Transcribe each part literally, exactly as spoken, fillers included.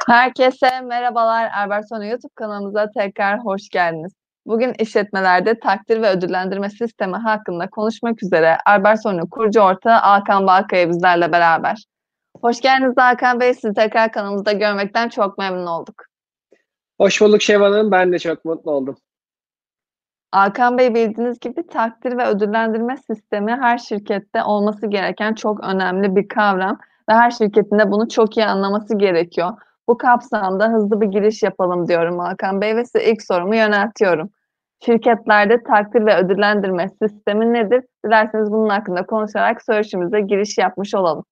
Herkese merhabalar. Erbersona YouTube kanalımıza tekrar hoş geldiniz. Bugün işletmelerde takdir ve ödüllendirme sistemi hakkında konuşmak üzere Erbersona kurucu ortağı Hakan Balkaya bizlerle beraber. Hoş geldiniz Hakan Bey. Sizi tekrar kanalımızda görmekten çok memnun olduk. Hoş bulduk Şevval Hanım. Ben de çok mutlu oldum. Hakan Bey, bildiğiniz gibi takdir ve ödüllendirme sistemi her şirkette olması gereken çok önemli bir kavram ve her şirketin de bunu çok iyi anlaması gerekiyor. Bu kapsamda hızlı bir giriş yapalım diyorum Hakan Bey ve size ilk sorumu yöneltiyorum. Şirketlerde takdir ve ödüllendirme sistemi nedir? Dilerseniz bunun hakkında konuşarak söyleşimize giriş yapmış olalım.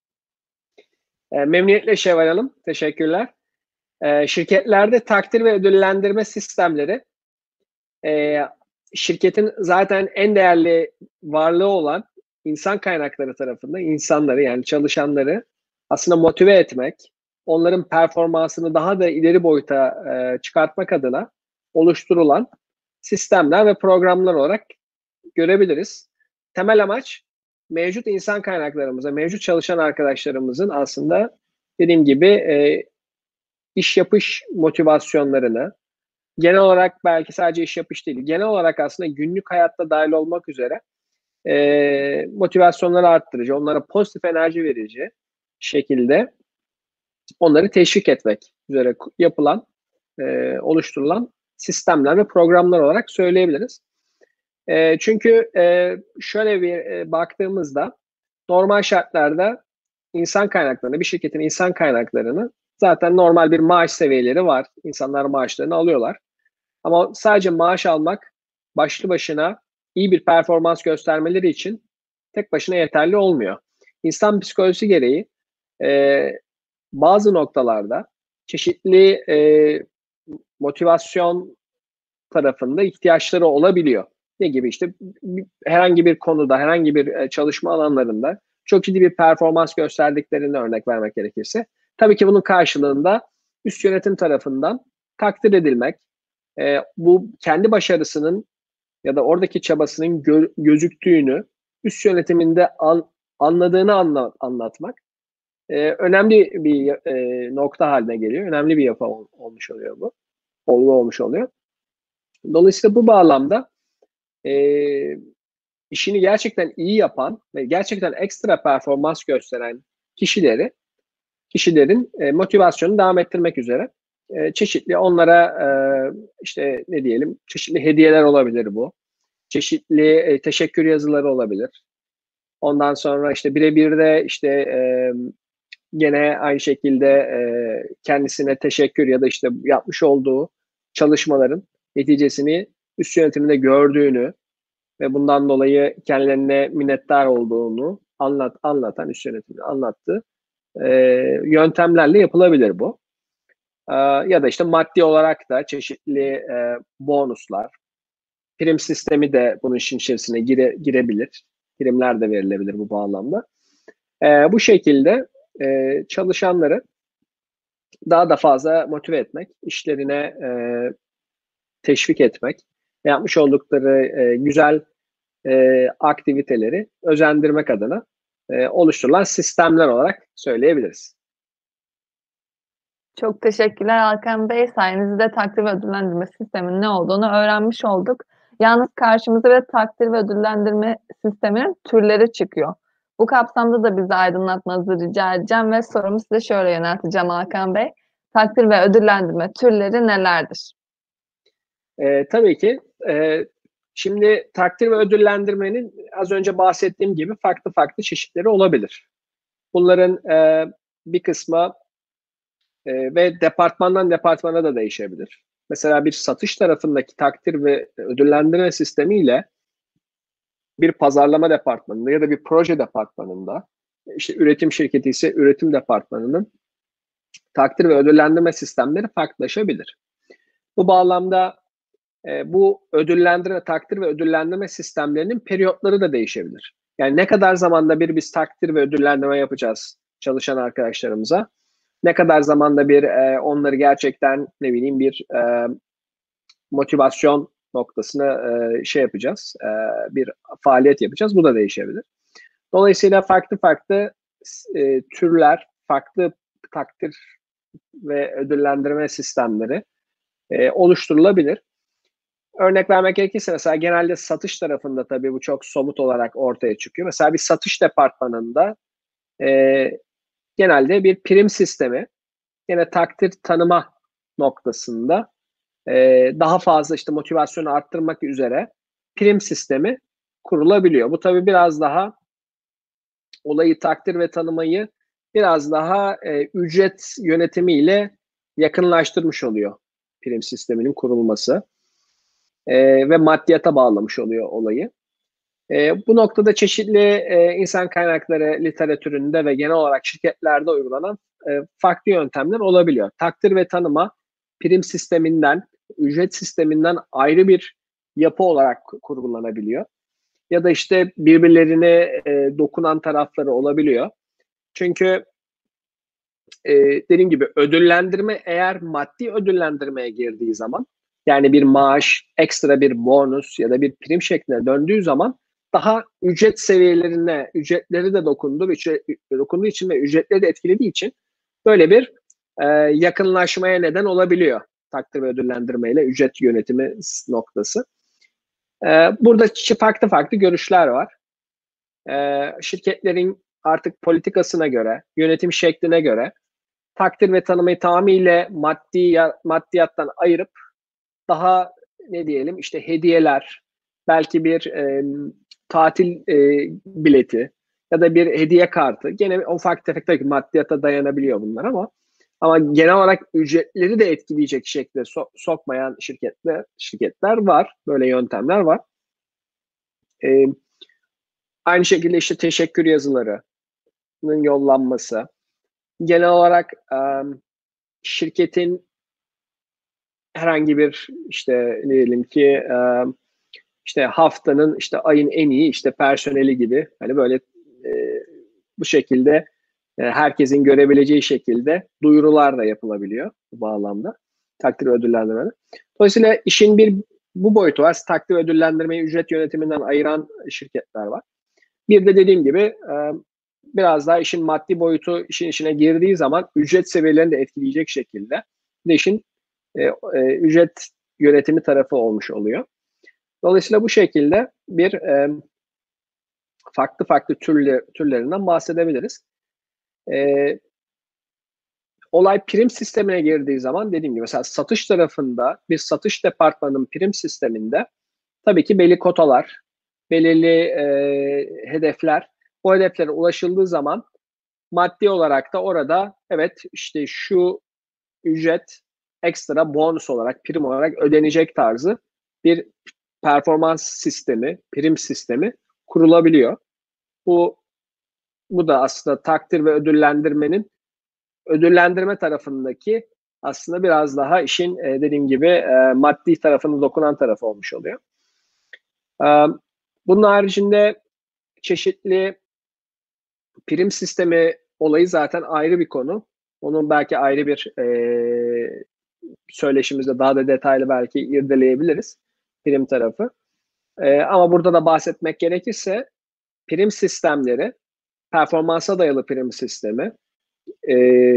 E, memnuniyetle Şevval Hanım. Teşekkürler. E, şirketlerde takdir ve ödüllendirme sistemleri e, şirketin zaten en değerli varlığı olan insan kaynakları tarafından insanları, yani çalışanları aslında motive etmek, onların performansını daha da ileri boyuta e, çıkartmak adına oluşturulan sistemler ve programlar olarak görebiliriz. Temel amaç mevcut insan kaynaklarımıza, mevcut çalışan arkadaşlarımızın aslında dediğim gibi e, iş yapış motivasyonlarını, genel olarak belki sadece iş yapış değil, genel olarak aslında günlük hayatta dahil olmak üzere e, motivasyonları arttırıcı, onlara pozitif enerji verici şekilde onları teşvik etmek üzere yapılan, e, oluşturulan sistemler ve programlar olarak söyleyebiliriz. E, çünkü e, şöyle bir e, baktığımızda normal şartlarda insan kaynaklarını, bir şirketin insan kaynaklarını zaten normal bir maaş seviyeleri var. İnsanlar maaşlarını alıyorlar. Ama sadece maaş almak başlı başına iyi bir performans göstermeleri için tek başına yeterli olmuyor. İnsan psikolojisi gereği e, bazı noktalarda çeşitli e, motivasyon tarafında ihtiyaçları olabiliyor. Ne gibi işte herhangi bir konuda, herhangi bir çalışma alanlarında çok ciddi bir performans gösterdiklerini örnek vermek gerekirse. Tabii ki bunun karşılığında üst yönetim tarafından takdir edilmek, e, bu kendi başarısının ya da oradaki çabasının gö- gözüktüğünü üst yönetiminde an, anladığını anla, anlatmak e, önemli bir e, nokta haline geliyor. Önemli bir yapı ol, olmuş oluyor bu. Olgu olmuş oluyor. Dolayısıyla bu bağlamda e, işini gerçekten iyi yapan ve gerçekten ekstra performans gösteren kişileri, kişilerin e, motivasyonunu devam ettirmek üzere e, çeşitli onlara e, işte ne diyelim çeşitli hediyeler olabilir bu. Çeşitli e, teşekkür yazıları olabilir. Ondan sonra işte birebir de işte e, gene aynı şekilde e, kendisine teşekkür ya da işte yapmış olduğu çalışmaların neticesini üst yönetiminde gördüğünü ve bundan dolayı kendilerine minnettar olduğunu anlat, anlatan, üst yönetimin anlattığı e, yöntemlerle yapılabilir bu. E, ya da işte maddi olarak da çeşitli e, bonuslar, prim sistemi de bunun işin içerisine gire, girebilir. Primler de verilebilir bu bağlamda. E, bu şekilde e, çalışanları daha da fazla motive etmek, işlerine e, teşvik etmek, yapmış oldukları e, güzel e, aktiviteleri özendirmek adına e, oluşturulan sistemler olarak söyleyebiliriz. Çok teşekkürler Hakan Bey. Sayenizde takdir ve ödüllendirme sisteminin ne olduğunu öğrenmiş olduk. Yalnız karşımıza bir takdir ve ödüllendirme sisteminin türleri çıkıyor. Bu kapsamda da bizi aydınlatmanızı rica edeceğim ve sorumu size şöyle yönelteceğim Hakan Bey. Takdir ve ödüllendirme türleri nelerdir? E, tabii ki e, şimdi takdir ve ödüllendirmenin az önce bahsettiğim gibi farklı farklı çeşitleri olabilir. Bunların e, bir kısmı e, ve departmandan departmana da değişebilir. Mesela bir satış tarafındaki takdir ve ödüllendirme sistemiyle bir pazarlama departmanında ya da bir proje departmanında, işte üretim şirketi ise üretim departmanının takdir ve ödüllendirme sistemleri farklılaşabilir. Bu bağlamda e, bu ödüllendirme, takdir ve ödüllendirme sistemlerinin periyotları da değişebilir. Yani ne kadar zamanda bir biz takdir ve ödüllendirme yapacağız çalışan arkadaşlarımıza? Ne kadar zamanda bir e, onları gerçekten ne bileyim bir e, motivasyon noktasına e, şey yapacağız, e, bir faaliyet yapacağız. Bu da değişebilir. Dolayısıyla farklı farklı e, türler, farklı takdir ve ödüllendirme sistemleri e, oluşturulabilir. Örnek vermek gerekirse mesela genelde satış tarafında tabii bu çok somut olarak ortaya çıkıyor. Mesela bir satış departmanında e, genelde bir prim sistemi, yine takdir tanıma noktasında e, daha fazla işte motivasyonu arttırmak üzere prim sistemi kurulabiliyor. Bu tabii biraz daha olayı takdir ve tanımayı biraz daha e, ücret yönetimiyle yakınlaştırmış oluyor prim sisteminin kurulması e, ve maddiyata bağlamış oluyor olayı. E, bu noktada çeşitli e, insan kaynakları literatüründe ve genel olarak şirketlerde uygulanan e, farklı yöntemler olabiliyor. Takdir ve tanıma prim sisteminden, ücret sisteminden ayrı bir yapı olarak kurgulanabiliyor. Ya da işte birbirlerine e, dokunan tarafları olabiliyor. Çünkü e, dediğim gibi ödüllendirme eğer maddi ödüllendirmeye girdiği zaman, yani bir maaş, ekstra bir bonus ya da bir prim şekline döndüğü zaman daha ücret seviyelerine, ücretleri de dokunduğu, ücret, dokunduğu için ve ücretleri de etkilediği için böyle bir e, yakınlaşmaya neden olabiliyor takdir ve ödüllendirme ile ücret yönetimi noktası. E, burada farklı farklı görüşler var. E, şirketlerin artık politikasına göre, yönetim şekline göre takdir ve tanımayı tamamıyla maddi maddiyattan ayırıp daha ne diyelim işte hediyeler, belki bir e, tatil e, bileti ya da bir hediye kartı. Gene ufak tefek tabii ki maddiyata dayanabiliyor bunlar ama ama genel olarak ücretleri de etkileyecek şekilde so- sokmayan şirketler şirketler var. Böyle yöntemler var. E, aynı şekilde işte teşekkür yazılarının yollanması. Genel olarak e, şirketin herhangi bir işte diyelim ki e, işte haftanın işte ayın en iyi işte personeli gibi hani böyle e, bu şekilde e, herkesin görebileceği şekilde duyurular da yapılabiliyor bu bağlamda takdir ve ödüllendirmenin. Dolayısıyla işin bir bu boyutu var. Takdir ve ödüllendirmeyi ücret yönetiminden ayıran şirketler var. Bir de dediğim gibi e, biraz daha işin maddi boyutu işin içine girdiği zaman ücret seviyelerini de etkileyecek şekilde de işin e, e, ücret yönetimi tarafı olmuş oluyor. Dolayısıyla bu şekilde bir e, farklı farklı türlü, türlerinden bahsedebiliriz. E, olay prim sistemine girdiği zaman dediğim gibi mesela satış tarafında bir satış departmanının prim sisteminde tabii ki belli kotalar, belirli e, hedefler, bu hedeflere ulaşıldığı zaman maddi olarak da orada evet işte şu ücret ekstra bonus olarak, prim olarak ödenecek tarzı bir performans sistemi, prim sistemi kurulabiliyor. Bu bu da aslında takdir ve ödüllendirmenin ödüllendirme tarafındaki aslında biraz daha işin e, dediğim gibi e, maddi tarafını dokunan tarafı olmuş oluyor. E, bunun haricinde çeşitli prim sistemi olayı zaten ayrı bir konu. Onun belki ayrı bir e, söyleşimizde daha da detaylı belki irdeleyebiliriz prim tarafı. E, ama burada da bahsetmek gerekirse prim sistemleri, performansa dayalı prim sistemi, e,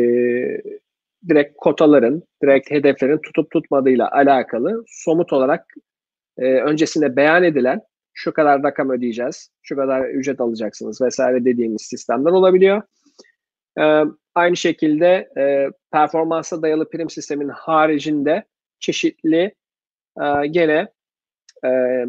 direkt kotaların, direkt hedeflerin tutup tutmadığıyla alakalı somut olarak e, öncesinde beyan edilen şu kadar rakam ödeyeceğiz, şu kadar ücret alacaksınız vesaire dediğimiz sistemler olabiliyor. E, aynı şekilde e, performansa dayalı prim sisteminin haricinde çeşitli e, gene e,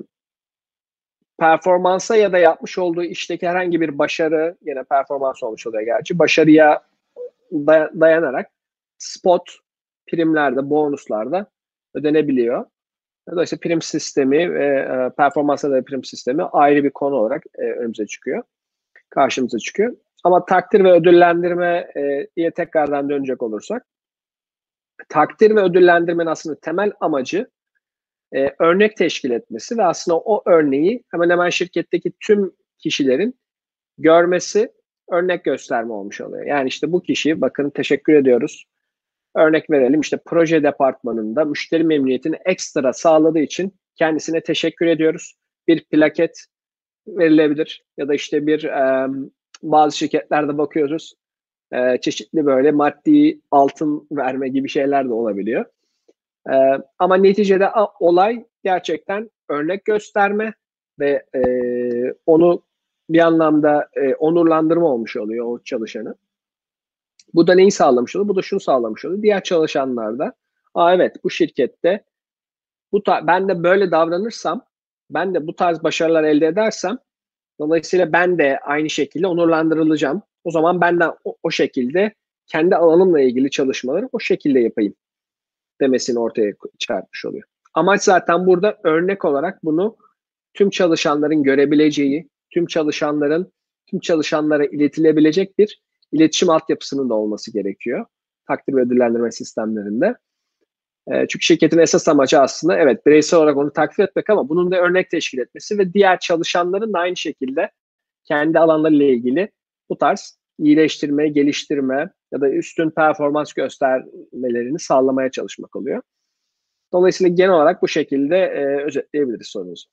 performansa ya da yapmış olduğu işteki herhangi bir başarı, yine performans olmuş oluyor gerçi, başarıya dayanarak spot primlerde, bonuslarda ödenebiliyor. Dolayısıyla prim sistemi ve e, performansa dayalı prim sistemi ayrı bir konu olarak e, önümüze çıkıyor, karşımıza çıkıyor. Ama takdir ve ödüllendirmeye tekrardan dönecek olursak, takdir ve ödüllendirmenin aslında temel amacı e, örnek teşkil etmesi ve aslında o örneği hemen hemen şirketteki tüm kişilerin görmesi, örnek gösterme olmuş oluyor. Yani işte bu kişi bakın teşekkür ediyoruz. Örnek verelim işte proje departmanında müşteri memnuniyetini ekstra sağladığı için kendisine teşekkür ediyoruz. Bir plaket verilebilir ya da işte bir e, bazı şirketlerde bakıyoruz. e, çeşitli böyle maddi altın verme gibi şeyler de olabiliyor. E, ama neticede olay gerçekten örnek gösterme ve e, onu bir anlamda e, onurlandırma olmuş oluyor o çalışanı. Bu da neyi sağlamış oluyor? Bu da şunu sağlamış oluyor. Diğer çalışanlar da, aa evet, bu şirkette bu ben de böyle davranırsam, ben de bu tarz başarılar elde edersem, dolayısıyla ben de aynı şekilde onurlandırılacağım. O zaman ben de o, o şekilde kendi alanımla ilgili çalışmaları o şekilde yapayım demesini ortaya çıkartmış oluyor. Amaç zaten burada örnek olarak bunu tüm çalışanların görebileceği, tüm çalışanların tüm çalışanlara iletilebilecek bir iletişim altyapısının da olması gerekiyor takdir ve ödüllendirme sistemlerinde. E, çünkü şirketin esas amacı aslında evet bireysel olarak onu takdir etmek ama bunun da örnek teşkil etmesi ve diğer çalışanların da aynı şekilde kendi alanlarıyla ilgili bu tarz iyileştirme, geliştirme ya da üstün performans göstermelerini sağlamaya çalışmak oluyor. Dolayısıyla genel olarak bu şekilde e, özetleyebiliriz sorunuzu.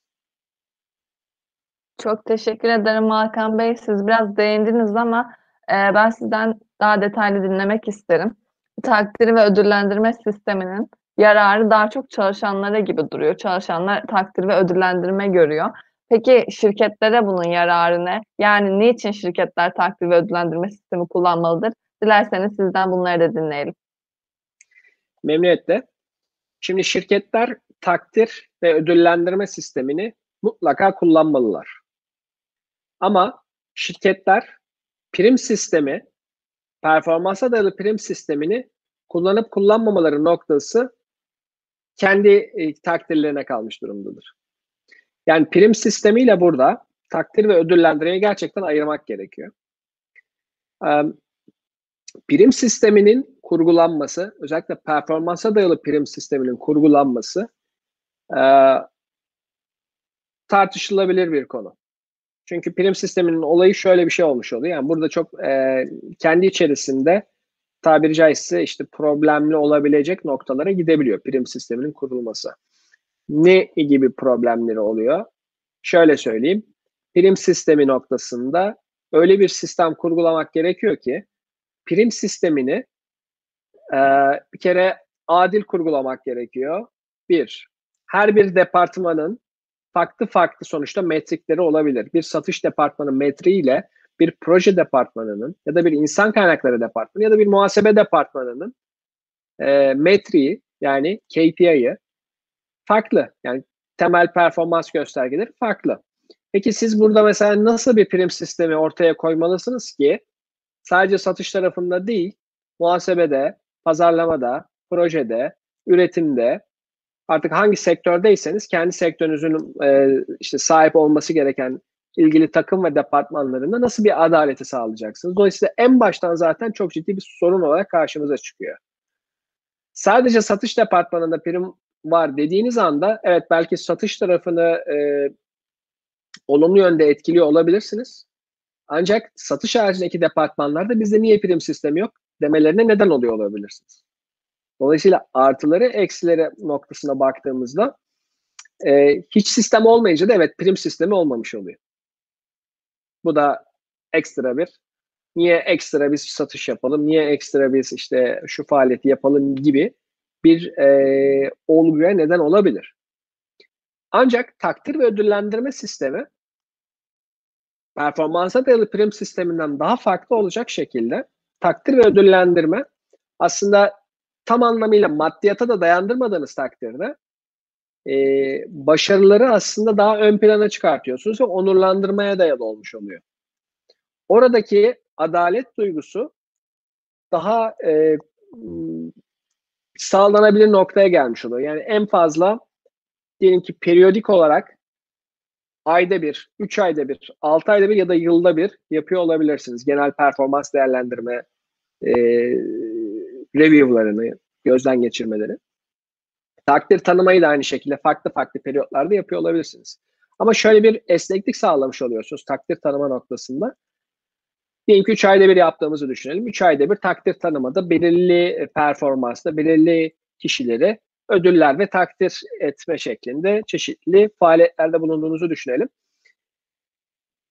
Çok teşekkür ederim Hakan Bey. Siz biraz değindiniz ama e, ben sizden daha detaylı dinlemek isterim. Takdir ve ödüllendirme sisteminin yararı daha çok çalışanlara gibi duruyor. Çalışanlar takdir ve ödüllendirme görüyor. Peki şirketlere bunun yararı ne? Yani niçin şirketler takdir ve ödüllendirme sistemi kullanmalıdır? Dilerseniz sizden bunları da dinleyelim. Memnuniyetle. Şimdi şirketler takdir ve ödüllendirme sistemini mutlaka kullanmalılar. Ama şirketler prim sistemi, performansa dayalı prim sistemini kullanıp kullanmamaları noktası kendi e, takdirlerine kalmış durumdadır. Yani prim sistemiyle burada takdir ve ödüllendirmeyi gerçekten ayırmak gerekiyor. Ee, prim sisteminin kurgulanması, özellikle performansa dayalı prim sisteminin kurgulanması e, tartışılabilir bir konu. Çünkü prim sisteminin olayı şöyle bir şey olmuş oluyor. Yani burada çok e, kendi içerisinde tabiri caizse işte problemli olabilecek noktalara gidebiliyor prim sisteminin kurulması. Ne gibi problemleri oluyor? Şöyle söyleyeyim. Prim sistemi noktasında öyle bir sistem kurgulamak gerekiyor ki prim sistemini e, bir kere adil kurgulamak gerekiyor. Bir, her bir departmanın farklı farklı sonuçta metrikleri olabilir. Bir satış departmanı metriğiyle bir proje departmanının ya da bir insan kaynakları departmanı ya da bir muhasebe departmanının e, metriği yani K P I'yi farklı. Yani temel performans göstergeleri farklı. Peki siz burada mesela nasıl bir prim sistemi ortaya koymalısınız ki sadece satış tarafında değil, muhasebede, pazarlamada, projede, üretimde, artık hangi sektördeyseniz kendi sektörünüzün e, işte sahip olması gereken ilgili takım ve departmanlarında nasıl bir adaleti sağlayacaksınız? Dolayısıyla en baştan zaten çok ciddi bir sorun olarak karşımıza çıkıyor. Sadece satış departmanında prim var dediğiniz anda evet belki satış tarafını e, olumlu yönde etkiliyor olabilirsiniz. Ancak satış haricindeki departmanlarda bizde niye prim sistemi yok demelerine neden oluyor olabilirsiniz. Dolayısıyla artıları eksileri noktasına baktığımızda e, hiç sistem olmayınca da evet prim sistemi olmamış oluyor. Bu da ekstra bir niye ekstra biz satış yapalım, niye ekstra biz işte şu faaliyeti yapalım gibi bir e, olguya neden olabilir. Ancak takdir ve ödüllendirme sistemi performansa dayalı prim sisteminden daha farklı olacak şekilde takdir ve ödüllendirme aslında tam anlamıyla maddiyata da dayandırmadığınız takdirde e, başarıları aslında daha ön plana çıkartıyorsunuz ve onurlandırmaya dayalı olmuş oluyor. Oradaki adalet duygusu daha e, sağlanabilir noktaya gelmiş oluyor. Yani en fazla diyelim ki periyodik olarak ayda bir, üç ayda bir, altı ayda bir ya da yılda bir yapıyor olabilirsiniz. Genel performans değerlendirme e, review'larını, gözden geçirmeleri. Takdir tanımayı da aynı şekilde farklı farklı periyotlarda yapıyor olabilirsiniz. Ama şöyle bir esneklik sağlamış oluyorsunuz takdir tanıma noktasında. Diyelim ki üç ayda bir yaptığımızı düşünelim. üç ayda bir takdir tanımada belirli performansla belirli kişileri ödüller ve takdir etme şeklinde çeşitli faaliyetlerde bulunduğunuzu düşünelim.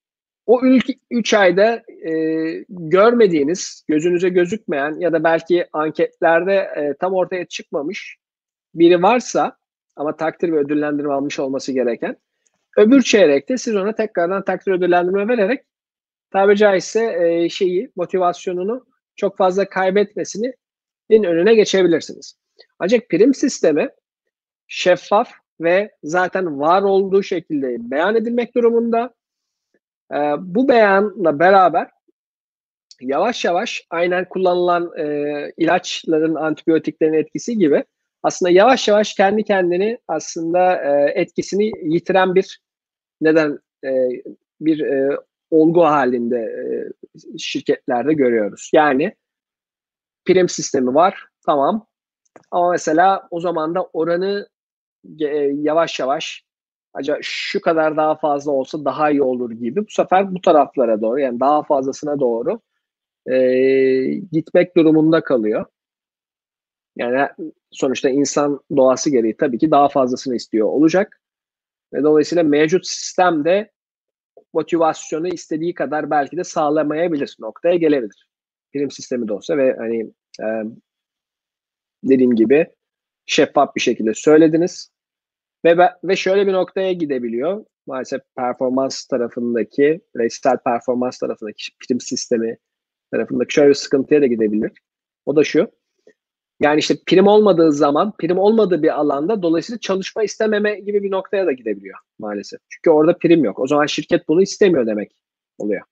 o ilk üç ayda e, görmediğiniz, gözünüze gözükmeyen ya da belki anketlerde e, tam ortaya çıkmamış biri varsa ama takdir ve ödüllendirme almış olması gereken, öbür çeyrekte siz ona tekrardan takdir ödüllendirme vererek tabiri caizse e, şeyi, motivasyonunu çok fazla kaybetmesinin önüne geçebilirsiniz. Ancak prim sistemi şeffaf ve zaten var olduğu şekilde beyan edilmek durumunda. E, bu beyanla beraber yavaş yavaş aynen kullanılan e, ilaçların, antibiyotiklerin etkisi gibi aslında yavaş yavaş kendi kendini aslında e, etkisini yitiren bir neden e, bir e, olgu halinde e, şirketlerde görüyoruz. Yani prim sistemi var, tamam, ama mesela o zaman da oranı e, yavaş yavaş acaba şu kadar daha fazla olsa daha iyi olur gibi bu sefer bu taraflara doğru, yani daha fazlasına doğru e, gitmek durumunda kalıyor. Yani sonuçta insan doğası gereği tabii ki daha fazlasını istiyor olacak. Ve dolayısıyla mevcut sistemde motivasyonu istediği kadar belki de sağlamayabilir, noktaya gelebilir. Prim sistemi de olsa ve hani e, dediğim gibi şeffaf bir şekilde söylediniz ve ve şöyle bir noktaya gidebiliyor. Maalesef performans tarafındaki, bireysel performans tarafındaki prim sistemi tarafındaki şöyle bir sıkıntıya da gidebilir. O da şu. Yani işte prim olmadığı zaman, prim olmadığı bir alanda dolayısıyla çalışma istememe gibi bir noktaya da gidebiliyor maalesef. Çünkü orada prim yok. O zaman şirket bunu istemiyor demek oluyor.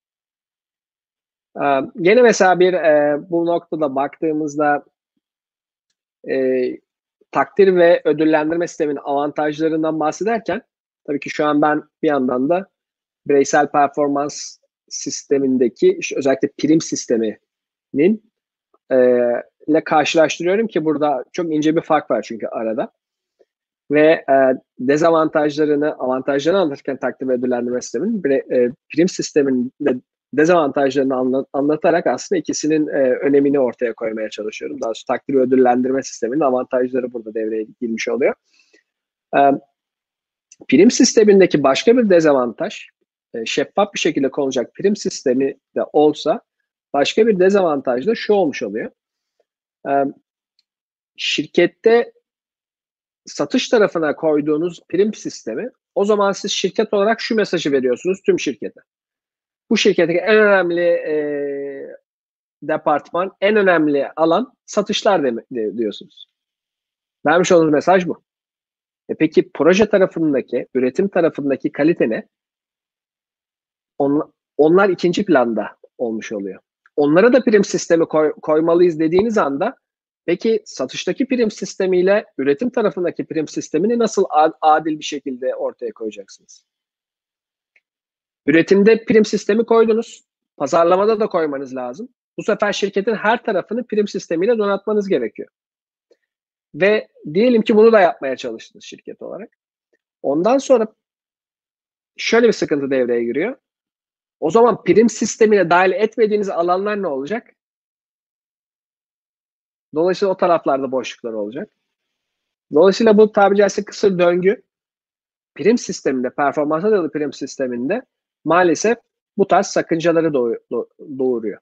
Ee, gene mesela bir e, bu noktada baktığımızda e, takdir ve ödüllendirme sisteminin avantajlarından bahsederken tabii ki şu an ben bir yandan da bireysel performans sistemindeki işte özellikle prim sisteminin e, ile karşılaştırıyorum ki burada çok ince bir fark var çünkü arada. Ve e, dezavantajlarını, avantajlarını anlatırken takdir ve ödüllendirme sisteminin e, prim sisteminin de dezavantajlarını anlat, anlatarak aslında ikisinin e, önemini ortaya koymaya çalışıyorum. Daha sonra takdir ve ödüllendirme sisteminin avantajları burada devreye girmiş oluyor. E, prim sistemindeki başka bir dezavantaj, e, şeffaf bir şekilde konulacak prim sistemi de olsa başka bir dezavantaj da şu olmuş oluyor. E, şirkette satış tarafına koyduğunuz prim sistemi, o zaman siz şirket olarak şu mesajı veriyorsunuz tüm şirkete. Bu şirketteki en önemli e, departman, en önemli alan satışlar de, de, diyorsunuz. Vermiş olduğunuz mesaj bu. E peki proje tarafındaki, üretim tarafındaki kalite ne? On, onlar ikinci planda olmuş oluyor. Onlara da prim sistemi koy, koymalıyız dediğiniz anda peki satıştaki prim sistemiyle üretim tarafındaki prim sistemini nasıl adil bir şekilde ortaya koyacaksınız? Üretimde prim sistemi koydunuz. Pazarlamada da koymanız lazım. Bu sefer şirketin her tarafını prim sistemiyle donatmanız gerekiyor. Ve diyelim ki bunu da yapmaya çalıştınız şirket olarak. Ondan sonra şöyle bir sıkıntı devreye giriyor. O zaman prim sistemine dahil etmediğiniz alanlar ne olacak? Dolayısıyla o taraflarda boşluklar olacak. Dolayısıyla bu tabiri caizse kısır döngü prim sisteminde, performansa dayalı prim sisteminde maalesef bu tarz sakıncaları doğuruyor.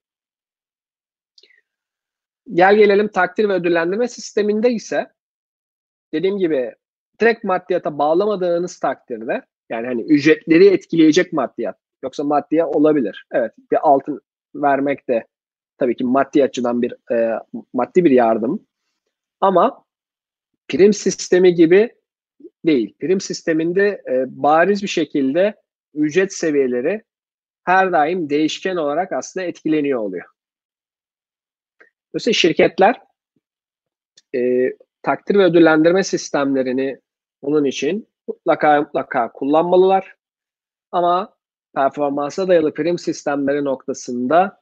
Gel gelelim takdir ve ödüllendirme sisteminde ise dediğim gibi direkt maddiyata bağlamadığınız takdirde, yani hani ücretleri etkileyecek maddiyat, yoksa maddiye olabilir. Evet, bir altın vermek de tabii ki maddi açıdan bir e, maddi bir yardım. Ama prim sistemi gibi değil. Prim sisteminde e, bariz bir şekilde ücret seviyeleri her daim değişken olarak aslında etkileniyor oluyor. Dolayısıyla şirketler e, takdir ve ödüllendirme sistemlerini bunun için mutlaka mutlaka kullanmalılar. Ama performansa dayalı prim sistemleri noktasında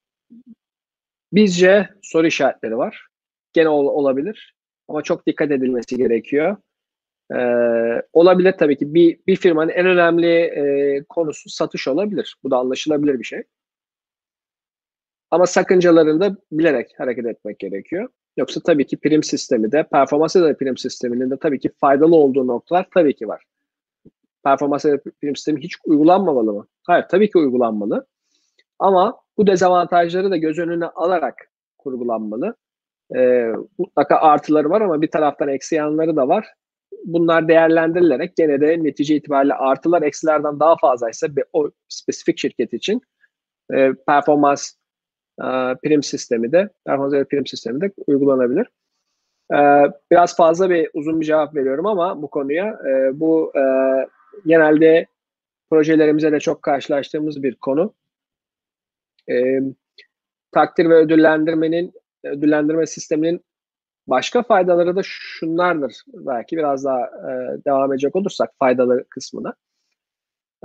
bizce soru işaretleri var. Gene ol, olabilir ama çok dikkat edilmesi gerekiyor. Ee, olabilir tabii ki bir, bir firmanın en önemli e, konusu satış olabilir. Bu da anlaşılabilir bir şey. Ama sakıncalarını da bilerek hareket etmek gerekiyor. Yoksa tabii ki prim sistemi de, performansa dayalı prim sisteminin de tabii ki faydalı olduğu noktalar tabii ki var. performans prim sistemi hiç uygulanmamalı mı? Hayır, tabii ki uygulanmalı. Ama bu dezavantajları da göz önüne alarak kurgulanmalı. Ee, mutlaka artıları var ama bir taraftan eksi yanları da var. Bunlar değerlendirilerek gene de netice itibariyle artılar eksilerden daha fazlaysa o spesifik şirket için e, performans e, prim sistemi de performans prim sistemi de uygulanabilir. E, biraz fazla bir uzun bir cevap veriyorum ama bu konuya e, bu e, genelde projelerimize de çok karşılaştığımız bir konu. E, takdir ve ödüllendirmenin ödüllendirme sisteminin başka faydaları da şunlardır. Belki biraz daha e, devam edecek olursak faydaları kısmına. E,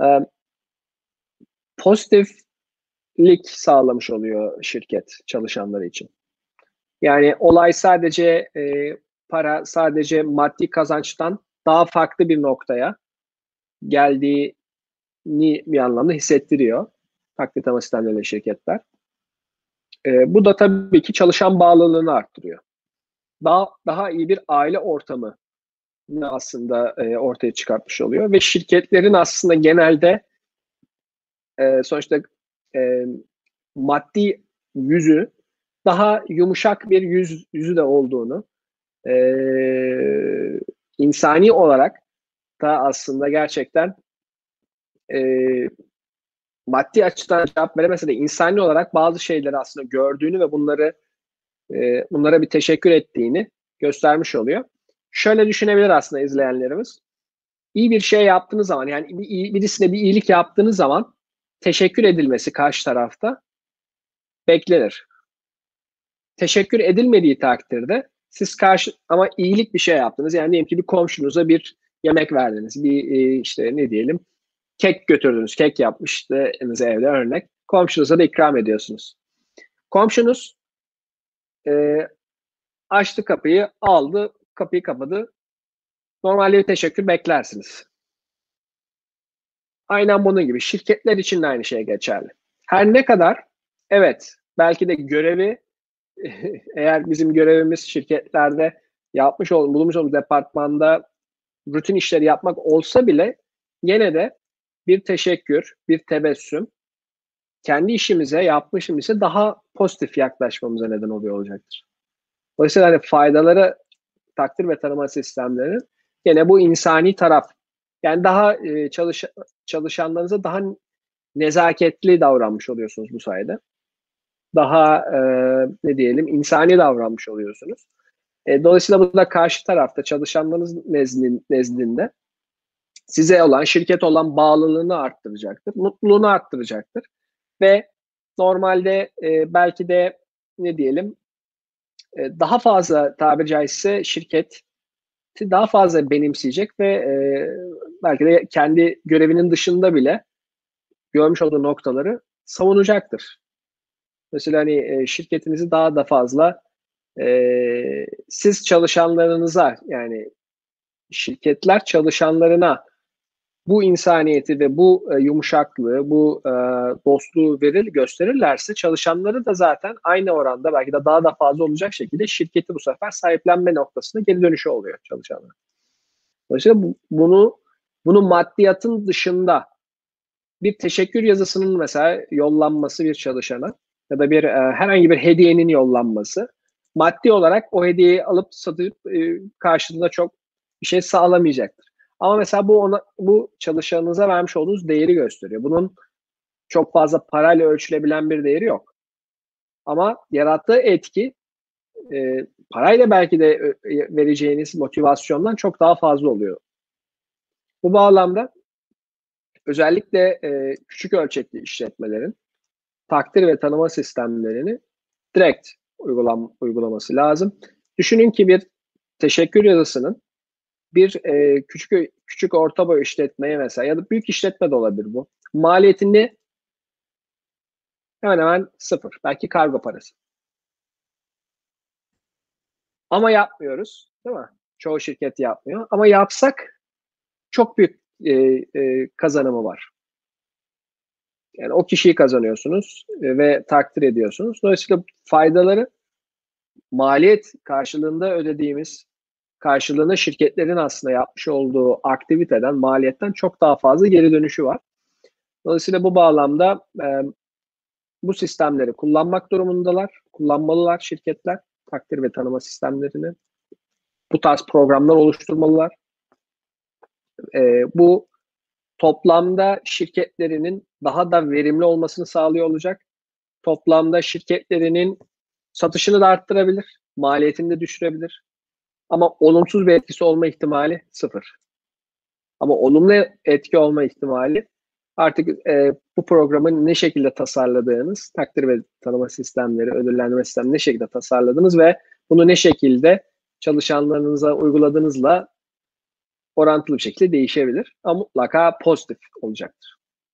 pozitiflik sağlamış oluyor şirket çalışanları için. Yani olay sadece e, para, sadece maddi kazançtan daha farklı bir noktaya geldiğini bir anlamda hissettiriyor. Takdir tanıma sistemleri şirketler. E, bu da tabii ki çalışan bağlılığını arttırıyor. Daha daha iyi bir aile ortamı aslında e, ortaya çıkartmış oluyor ve şirketlerin aslında genelde e, sonuçta e, maddi yüzü daha yumuşak bir yüz yüzü de olduğunu e, insani olarak da aslında gerçekten e, maddi açıdan cevap veremese de insani olarak bazı şeyleri aslında gördüğünü ve bunları e, bunlara bir teşekkür ettiğini göstermiş oluyor. Şöyle düşünebilir aslında izleyenlerimiz. İyi bir şey yaptığınız zaman, yani birisine bir iyilik yaptığınız zaman teşekkür edilmesi karşı tarafta beklenir. Teşekkür edilmediği takdirde siz karşı ama iyilik bir şey yaptınız. Yani diyelim ki bir komşunuza bir yemek verdiniz. Bir işte ne diyelim kek götürdünüz. Kek yapmıştı evde örnek. Komşunuza da ikram ediyorsunuz. Komşunuz e, açtı kapıyı, aldı, kapıyı kapadı. Normalde bir teşekkür beklersiniz. Aynen bunun gibi. Şirketler için de aynı şey geçerli. Her ne kadar evet belki de görevi eğer bizim görevimiz şirketlerde yapmış olduğumuz, bulunmuş olduğumuz departmanda rutin işleri yapmak olsa bile gene de bir teşekkür, bir tebessüm kendi işimize, yapmışımıza daha pozitif yaklaşmamıza neden oluyor olacaktır. Dolayısıyla hani faydaları takdir ve tanıma sistemlerinin gene bu insani taraf. Yani daha e, çalış, çalışanlarınıza daha nezaketli davranmış oluyorsunuz bu sayede. Daha e, ne diyelim insani davranmış oluyorsunuz. E, dolayısıyla bu da karşı tarafta çalışanlarınız nezdin, nezdinde size olan, şirket olan bağlılığını arttıracaktır. Mutluluğunu arttıracaktır. Ve normalde e, belki de ne diyelim e, daha fazla tabiri caizse şirket daha fazla benimseyecek ve e, belki de kendi görevinin dışında bile görmüş olduğu noktaları savunacaktır. Mesela hani e, şirketinizi daha da fazla e, siz çalışanlarınıza yani şirketler çalışanlarına bu insaniyeti ve bu e, yumuşaklığı, bu e, dostluğu verir, gösterirlerse çalışanları da zaten aynı oranda belki de daha da fazla olacak şekilde şirketi bu sefer sahiplenme noktasına geri dönüşü oluyor çalışanlar. Dolayısıyla bu, bunu bunu maddiyatın dışında bir teşekkür yazısının mesela yollanması bir çalışana ya da bir e, herhangi bir hediyenin yollanması maddi olarak o hediyeyi alıp satıp e, karşılığında çok bir şey sağlamayacaktır. Ama mesela bu ona bu çalışanınıza vermiş olduğunuz değeri gösteriyor. Bunun çok fazla parayla ölçülebilen bir değeri yok. Ama yarattığı etki e, parayla belki de e, vereceğiniz motivasyondan çok daha fazla oluyor. Bu bağlamda özellikle e, küçük ölçekli işletmelerin takdir ve tanıma sistemlerini direkt uygulam uygulaması lazım. Düşünün ki bir teşekkür yazısının bir e, küçük küçük orta boy işletmeye mesela ya da büyük işletme de olabilir bu. Maliyetini hemen hemen sıfır. Belki kargo parası. Ama yapmıyoruz, değil mi? Çoğu şirket yapmıyor. Ama yapsak çok büyük e, e, kazanımı var. Yani o kişiyi kazanıyorsunuz e, ve takdir ediyorsunuz. Dolayısıyla faydaları maliyet karşılığında ödediğimiz karşılığında şirketlerin aslında yapmış olduğu aktiviteden, maliyetten çok daha fazla geri dönüşü var. Dolayısıyla bu bağlamda e, bu sistemleri kullanmak durumundalar, kullanmalılar şirketler, takdir ve tanıma sistemlerini. Bu tarz programlar oluşturmalılar. E, bu toplamda şirketlerinin daha da verimli olmasını sağlıyor olacak. Toplamda şirketlerinin satışını da arttırabilir, maliyetini de düşürebilir. Ama olumsuz bir etkisi olma ihtimali sıfır. Ama olumlu etki olma ihtimali artık e, bu programın ne şekilde tasarladığınız, takdir ve tanıma sistemleri, ödüllendirme sistemleri ne şekilde tasarladınız ve bunu ne şekilde çalışanlarınıza uyguladığınızla orantılı bir şekilde değişebilir. Ama mutlaka pozitif olacaktır.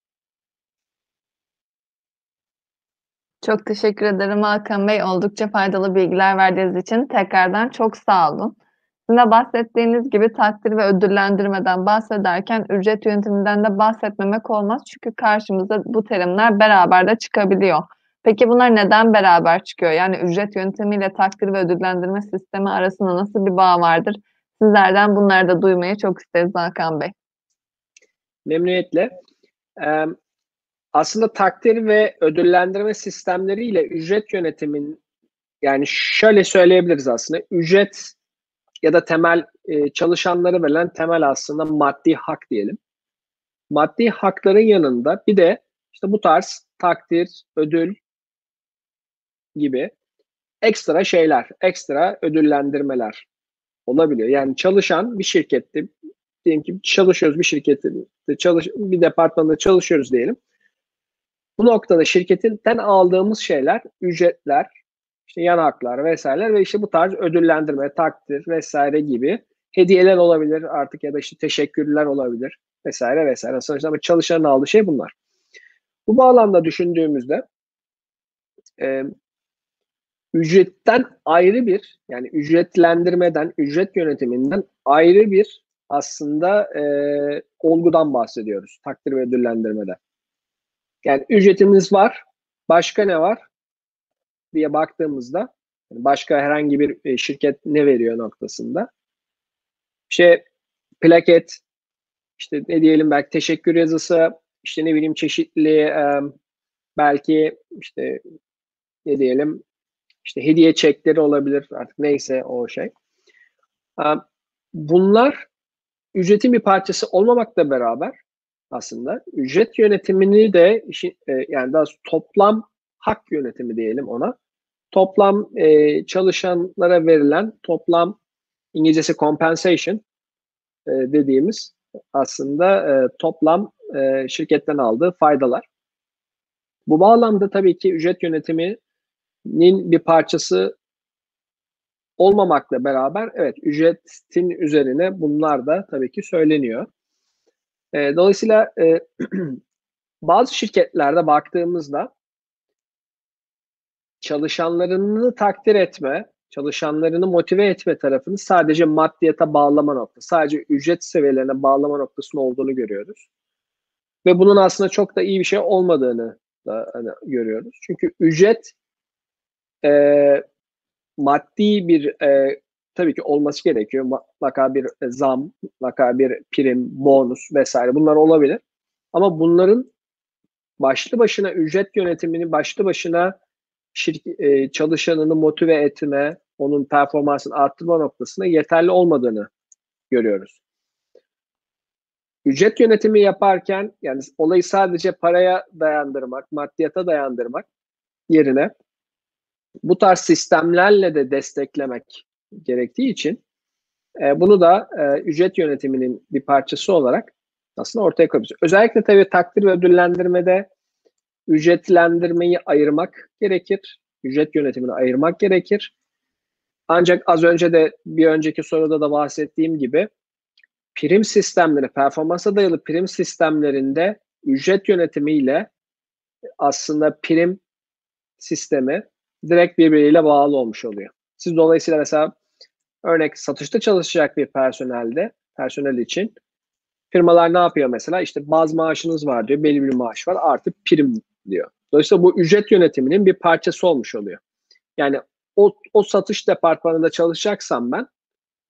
Çok teşekkür ederim Hakan Bey. Oldukça faydalı bilgiler verdiğiniz için tekrardan çok sağ olun. Sizin de bahsettiğiniz gibi takdir ve ödüllendirmeden bahsederken ücret yönetiminden de bahsetmemek olmaz. Çünkü karşımıza bu terimler beraber de çıkabiliyor. Peki bunlar neden beraber çıkıyor? Yani ücret yönetimiyle takdir ve ödüllendirme sistemi arasında nasıl bir bağ vardır? Sizlerden bunları da duymayı çok isteriz Hakan Bey. Memnuniyetle. Ee, aslında takdir ve ödüllendirme sistemleriyle ücret yönetimin, yani şöyle söyleyebiliriz aslında, ücret ya da temel e, çalışanlara verilen temel aslında maddi hak diyelim. Maddi hakların yanında bir de işte bu tarz takdir, ödül gibi ekstra şeyler, ekstra ödüllendirmeler olabiliyor. Yani çalışan bir şirkette, diyelim ki çalışıyoruz bir şirkette, çalış, bir departmanda çalışıyoruz diyelim. Bu noktada şirketinden aldığımız şeyler, ücretler, işte yan haklar vesaireler ve işte bu tarz ödüllendirme, takdir vesaire gibi hediyeler olabilir artık ya da işte teşekkürler olabilir vesaire vesaire. Sonuçta ama çalışanın aldığı şey bunlar. Bu bağlamda düşündüğümüzde e, ücretten ayrı bir, yani ücretlendirmeden, ücret yönetiminden ayrı bir aslında e, olgudan bahsediyoruz takdir ve ödüllendirmede. Yani ücretimiz var, başka ne var diye baktığımızda başka herhangi bir şirket ne veriyor noktasında. İşte plaket, işte ne diyelim belki teşekkür yazısı, işte ne bileyim çeşitli e, belki işte ne diyelim işte hediye çekleri olabilir artık neyse o şey. E, bunlar ücretin bir parçası olmamakla beraber aslında ücret yönetimini de işi, e, yani daha toplam hak yönetimi diyelim ona. Toplam e, çalışanlara verilen toplam İngilizcesi compensation e, dediğimiz aslında e, toplam e, şirketten aldığı faydalar. Bu bağlamda tabii ki ücret yönetiminin bir parçası olmamakla beraber evet ücretin üzerine bunlar da tabii ki söyleniyor. E, dolayısıyla e, bazı şirketlerde baktığımızda çalışanlarını takdir etme, çalışanlarını motive etme tarafını sadece maddiyata bağlama noktası, sadece ücret seviyelerine bağlama noktasının olduğunu görüyoruz. Ve bunun aslında çok da iyi bir şey olmadığını da hani, görüyoruz. Çünkü ücret e, maddi bir e, tabii ki olması gerekiyor. Mutlaka bir zam, mutlaka bir prim, bonus vesaire bunlar olabilir. Ama bunların başlı başına ücret yönetimini başlı başına şirket, e, çalışanını motive etme, onun performansını arttırma noktasında yeterli olmadığını görüyoruz. Ücret yönetimi yaparken yani olayı sadece paraya dayandırmak, maddiyata dayandırmak yerine bu tarz sistemlerle de desteklemek gerektiği için e, bunu da e, ücret yönetiminin bir parçası olarak aslında ortaya koyuyoruz. Özellikle tabii takdir ve ödüllendirmede ücretlendirmeyi ayırmak gerekir. Ücret yönetimini ayırmak gerekir. Ancak az önce de bir önceki soruda da bahsettiğim gibi prim sistemleri, performansa dayalı prim sistemlerinde ücret yönetimiyle aslında prim sistemi direkt birbiriyle bağlı olmuş oluyor. Siz dolayısıyla mesela örnek satışta çalışacak bir personelde, personel için firmalar ne yapıyor mesela? İşte baz maaşınız var diyor, belli bir maaş var, artı prim diyor. Dolayısıyla bu ücret yönetiminin bir parçası olmuş oluyor. Yani o, o satış departmanında çalışacaksam ben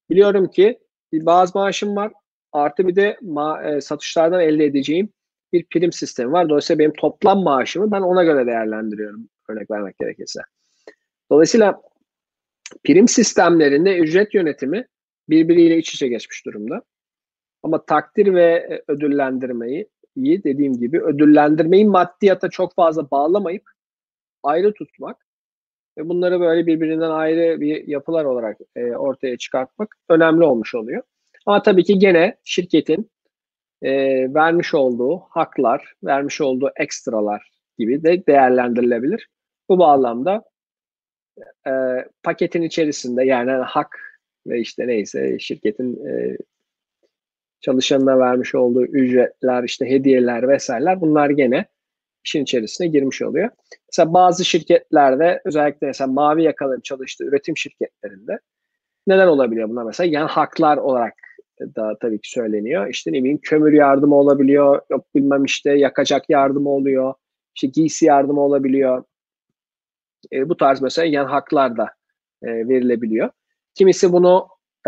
Biliyorum ki bir baz maaşım var. Artı bir de ma e, satışlardan elde edeceğim bir prim sistemi var. Dolayısıyla benim toplam maaşımı ben ona göre değerlendiriyorum. Örnek vermek gerekirse. Dolayısıyla prim sistemlerinde ücret yönetimi birbiriyle iç içe geçmiş durumda. Ama takdir ve ödüllendirmeyi iyi dediğim gibi ödüllendirmeyi maddiyata çok fazla bağlamayıp ayrı tutmak ve bunları böyle birbirinden ayrı bir yapılar olarak e, ortaya çıkartmak önemli olmuş oluyor. Ama tabii ki gene şirketin e, vermiş olduğu haklar, vermiş olduğu ekstralar gibi de değerlendirilebilir. Bu bağlamda e, paketin içerisinde yani hak ve işte neyse şirketin e, çalışanına vermiş olduğu ücretler, işte hediyeler vesaireler bunlar gene işin içerisine girmiş oluyor. Mesela bazı şirketlerde özellikle mesela mavi yakaların çalıştığı üretim şirketlerinde neler olabiliyor bunlar mesela? Yani haklar olarak da tabii ki söyleniyor. İşte ne bileyim kömür yardımı olabiliyor, yok bilmem işte yakacak yardımı oluyor, işte giysi yardımı olabiliyor. E, bu tarz mesela yan haklar da e, verilebiliyor. Kimisi bunu e,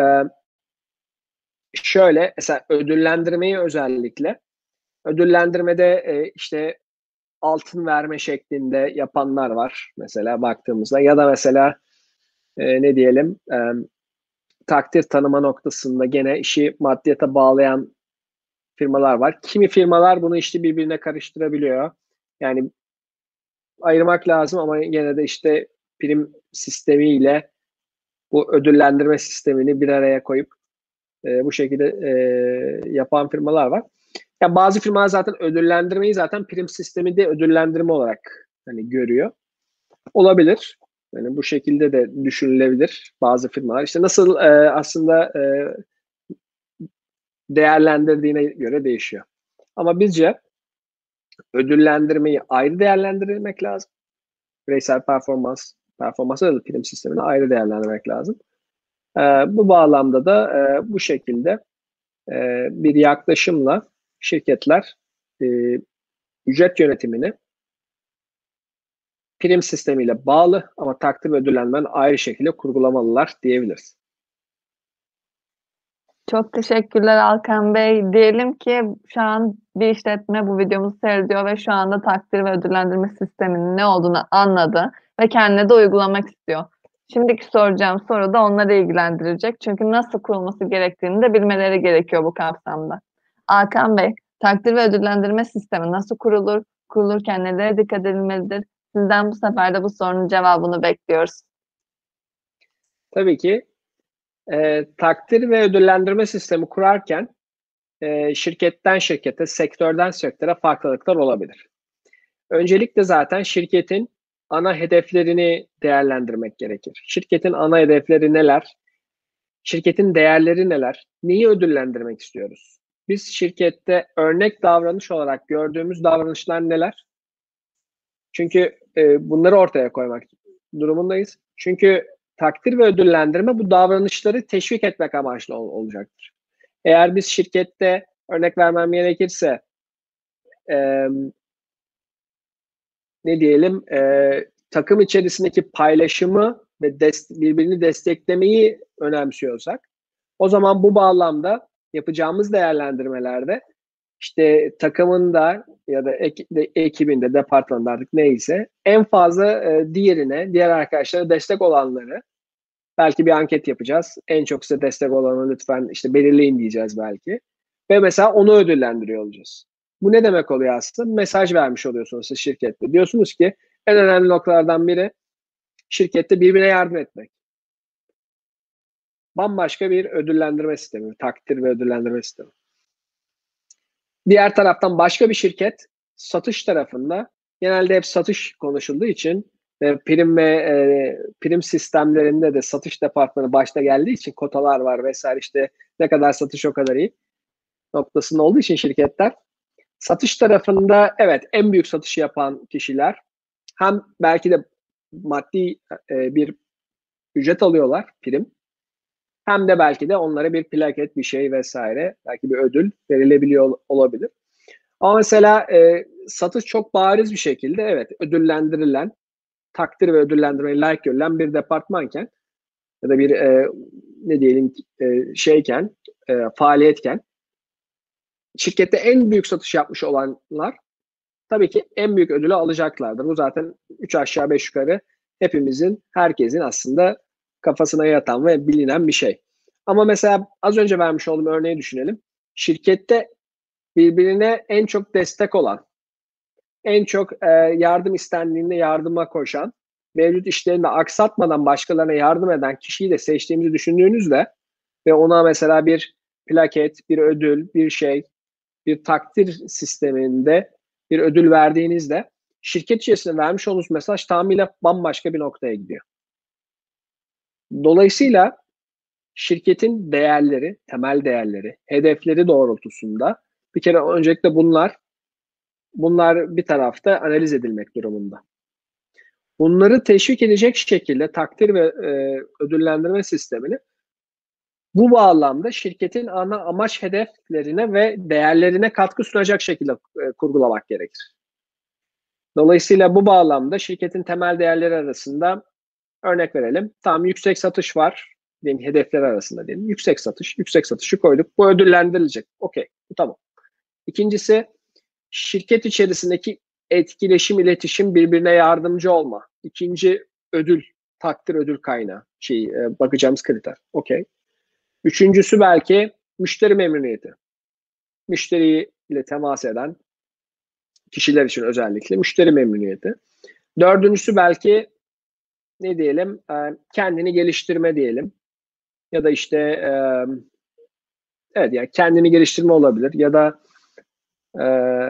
şöyle mesela ödüllendirmeyi özellikle ödüllendirmede e, işte altın verme şeklinde yapanlar var mesela baktığımızda ya da mesela e, ne diyelim e, takdir tanıma noktasında gene işi maddiyata bağlayan firmalar var. Kimi firmalar bunu işte birbirine karıştırabiliyor. Yani ayırmak lazım ama gene de işte prim sistemiyle bu ödüllendirme sistemini bir araya koyup e, bu şekilde e, yapan firmalar var. Yani bazı firmalar zaten ödüllendirmeyi zaten prim sistemi de ödüllendirme olarak hani görüyor. Olabilir. Yani bu şekilde de düşünülebilir bazı firmalar. İşte nasıl e, aslında e, değerlendirdiğine göre değişiyor. Ama bizce ödüllendirmeyi ayrı değerlendirmek lazım. Bireysel performans, performans da prim sistemini ayrı değerlendirmek lazım. E, bu bağlamda da e, bu şekilde e, bir yaklaşımla şirketler e, ücret yönetimini prim sistemiyle bağlı ama takdir ve ödüllendirmenin ayrı şekilde kurgulamalılar diyebiliriz. Çok teşekkürler Alkan Bey. Diyelim ki şu an bir işletme bu videomuzu seyrediyor ve şu anda takdir ve ödüllendirme sisteminin ne olduğunu anladı ve kendine de uygulamak istiyor. Şimdiki soracağım soru da onları ilgilendirecek. Çünkü nasıl kurulması gerektiğini de bilmeleri gerekiyor bu kapsamda. Alkan Bey, takdir ve ödüllendirme sistemi nasıl kurulur? Kurulurken nelere dikkat edilmelidir? Sizden bu sefer de bu sorunun cevabını bekliyoruz. Tabii ki e, takdir ve ödüllendirme sistemi kurarken e, şirketten şirkete, sektörden sektöre farklılıklar olabilir. Öncelikle zaten şirketin ana hedeflerini değerlendirmek gerekir. Şirketin ana hedefleri neler? Şirketin değerleri neler? Neyi ödüllendirmek istiyoruz? Biz şirkette örnek davranış olarak gördüğümüz davranışlar neler? Çünkü e, bunları ortaya koymak durumundayız. Çünkü takdir ve ödüllendirme bu davranışları teşvik etmek amaçlı ol, olacaktır. Eğer biz şirkette örnek vermem gerekirse e, ne diyelim e, takım içerisindeki paylaşımı ve dest birbirini desteklemeyi önemsiyorsak o zaman bu bağlamda yapacağımız değerlendirmelerde işte takımında ya da ek, de, ekibinde, departmanda artık neyse en fazla e, diğerine, diğer arkadaşlara destek olanları belki bir anket yapacağız. En çok size destek olanı lütfen işte belirleyin diyeceğiz belki. Ve mesela onu ödüllendiriyor olacağız. Bu ne demek oluyor aslında? Mesaj vermiş oluyorsunuz siz şirkette. Diyorsunuz ki en önemli noktalardan biri şirkette birbirine yardım etmek. Bambaşka bir ödüllendirme sistemi, takdir ve ödüllendirme sistemi. Diğer taraftan başka bir şirket satış tarafında genelde hep satış konuşulduğu için ve prim ve e, prim sistemlerinde de satış departmanı başta geldiği için kotalar var vesaire işte ne kadar satış o kadar iyi noktasında olduğu için şirketler satış tarafında evet en büyük satışı yapan kişiler hem belki de maddi e, bir ücret alıyorlar prim hem de belki de onlara bir plaket bir şey vesaire belki bir ödül verilebiliyor olabilir. Ama mesela e, satış çok bariz bir şekilde evet ödüllendirilen, takdir ve ödüllendirmeyi layık görülen bir departmanken ya da bir e, ne diyelim e, şeyken, e, faaliyetken şirkette en büyük satış yapmış olanlar tabii ki en büyük ödülü alacaklardır. Bu zaten üç aşağı beş yukarı hepimizin, herkesin aslında kafasına yatan ve bilinen bir şey. Ama mesela az önce vermiş olduğum örneği düşünelim. Şirkette birbirine en çok destek olan, en çok e, yardım istendiğinde yardıma koşan, mevcut işlerini de aksatmadan başkalarına yardım eden kişiyi de seçtiğimizi düşündüğünüzde ve ona mesela bir plaket, bir ödül, bir şey, bir takdir sisteminde bir ödül verdiğinizde şirket içerisinde vermiş olduğunuz mesaj tamamıyla bambaşka bir noktaya gidiyor. Dolayısıyla şirketin değerleri, temel değerleri, hedefleri doğrultusunda bir kere öncelikle bunlar bunlar bir tarafta analiz edilmek durumunda. Bunları teşvik edecek şekilde takdir ve e, ödüllendirme sistemini bu bağlamda şirketin ana amaç hedeflerine ve değerlerine katkı sunacak şekilde e, kurgulamak gerekir. Dolayısıyla bu bağlamda şirketin temel değerleri arasında örnek verelim. Tam yüksek satış var. Diyelim hedefler arasında diyelim. Yüksek satış, yüksek satışı koyduk. Bu ödüllendirilecek. Okey, bu tamam. İkincisi şirket içerisindeki etkileşim, iletişim, birbirine yardımcı olma. İkinci ödül, takdir ödül kaynağı. Şey, e, bakacağımız kriter. Okey. Üçüncüsü belki müşteri memnuniyeti. Müşteriyle temas eden kişiler için özellikle müşteri memnuniyeti. Dördüncüsü belki ne diyelim, kendini geliştirme diyelim. Ya da işte evet, yani kendini geliştirme olabilir ya da e,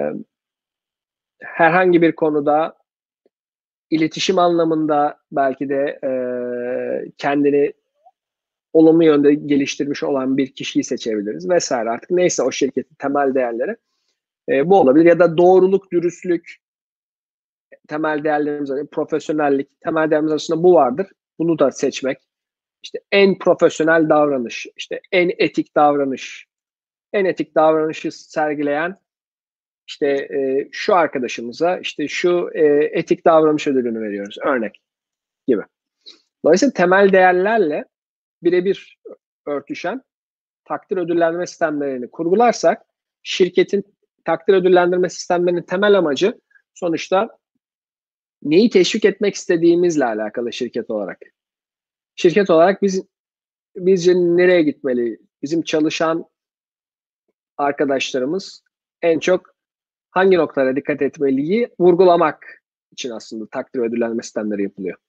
herhangi bir konuda iletişim anlamında belki de e, kendini olumlu yönde geliştirmiş olan bir kişiyi seçebiliriz vesaire. Artık neyse o şirketin temel değerleri e, bu olabilir ya da doğruluk, dürüstlük temel değerlerimiz, profesyonellik temel değerlerimiz arasında bu vardır. Bunu da seçmek. İşte en profesyonel davranış, işte en etik davranış, en etik davranışı sergileyen işte e, şu arkadaşımıza işte şu e, etik davranış ödülünü veriyoruz örnek gibi. Dolayısıyla temel değerlerle birebir örtüşen takdir ödüllendirme sistemlerini kurgularsak şirketin takdir ödüllendirme sistemlerinin temel amacı sonuçta neyi teşvik etmek istediğimizle alakalı şirket olarak. Şirket olarak biz bizce nereye gitmeli? Bizim çalışan arkadaşlarımız en çok hangi noktalara dikkat etmeliyi vurgulamak için aslında takdir ve ödüllendirme sistemleri yapılıyor.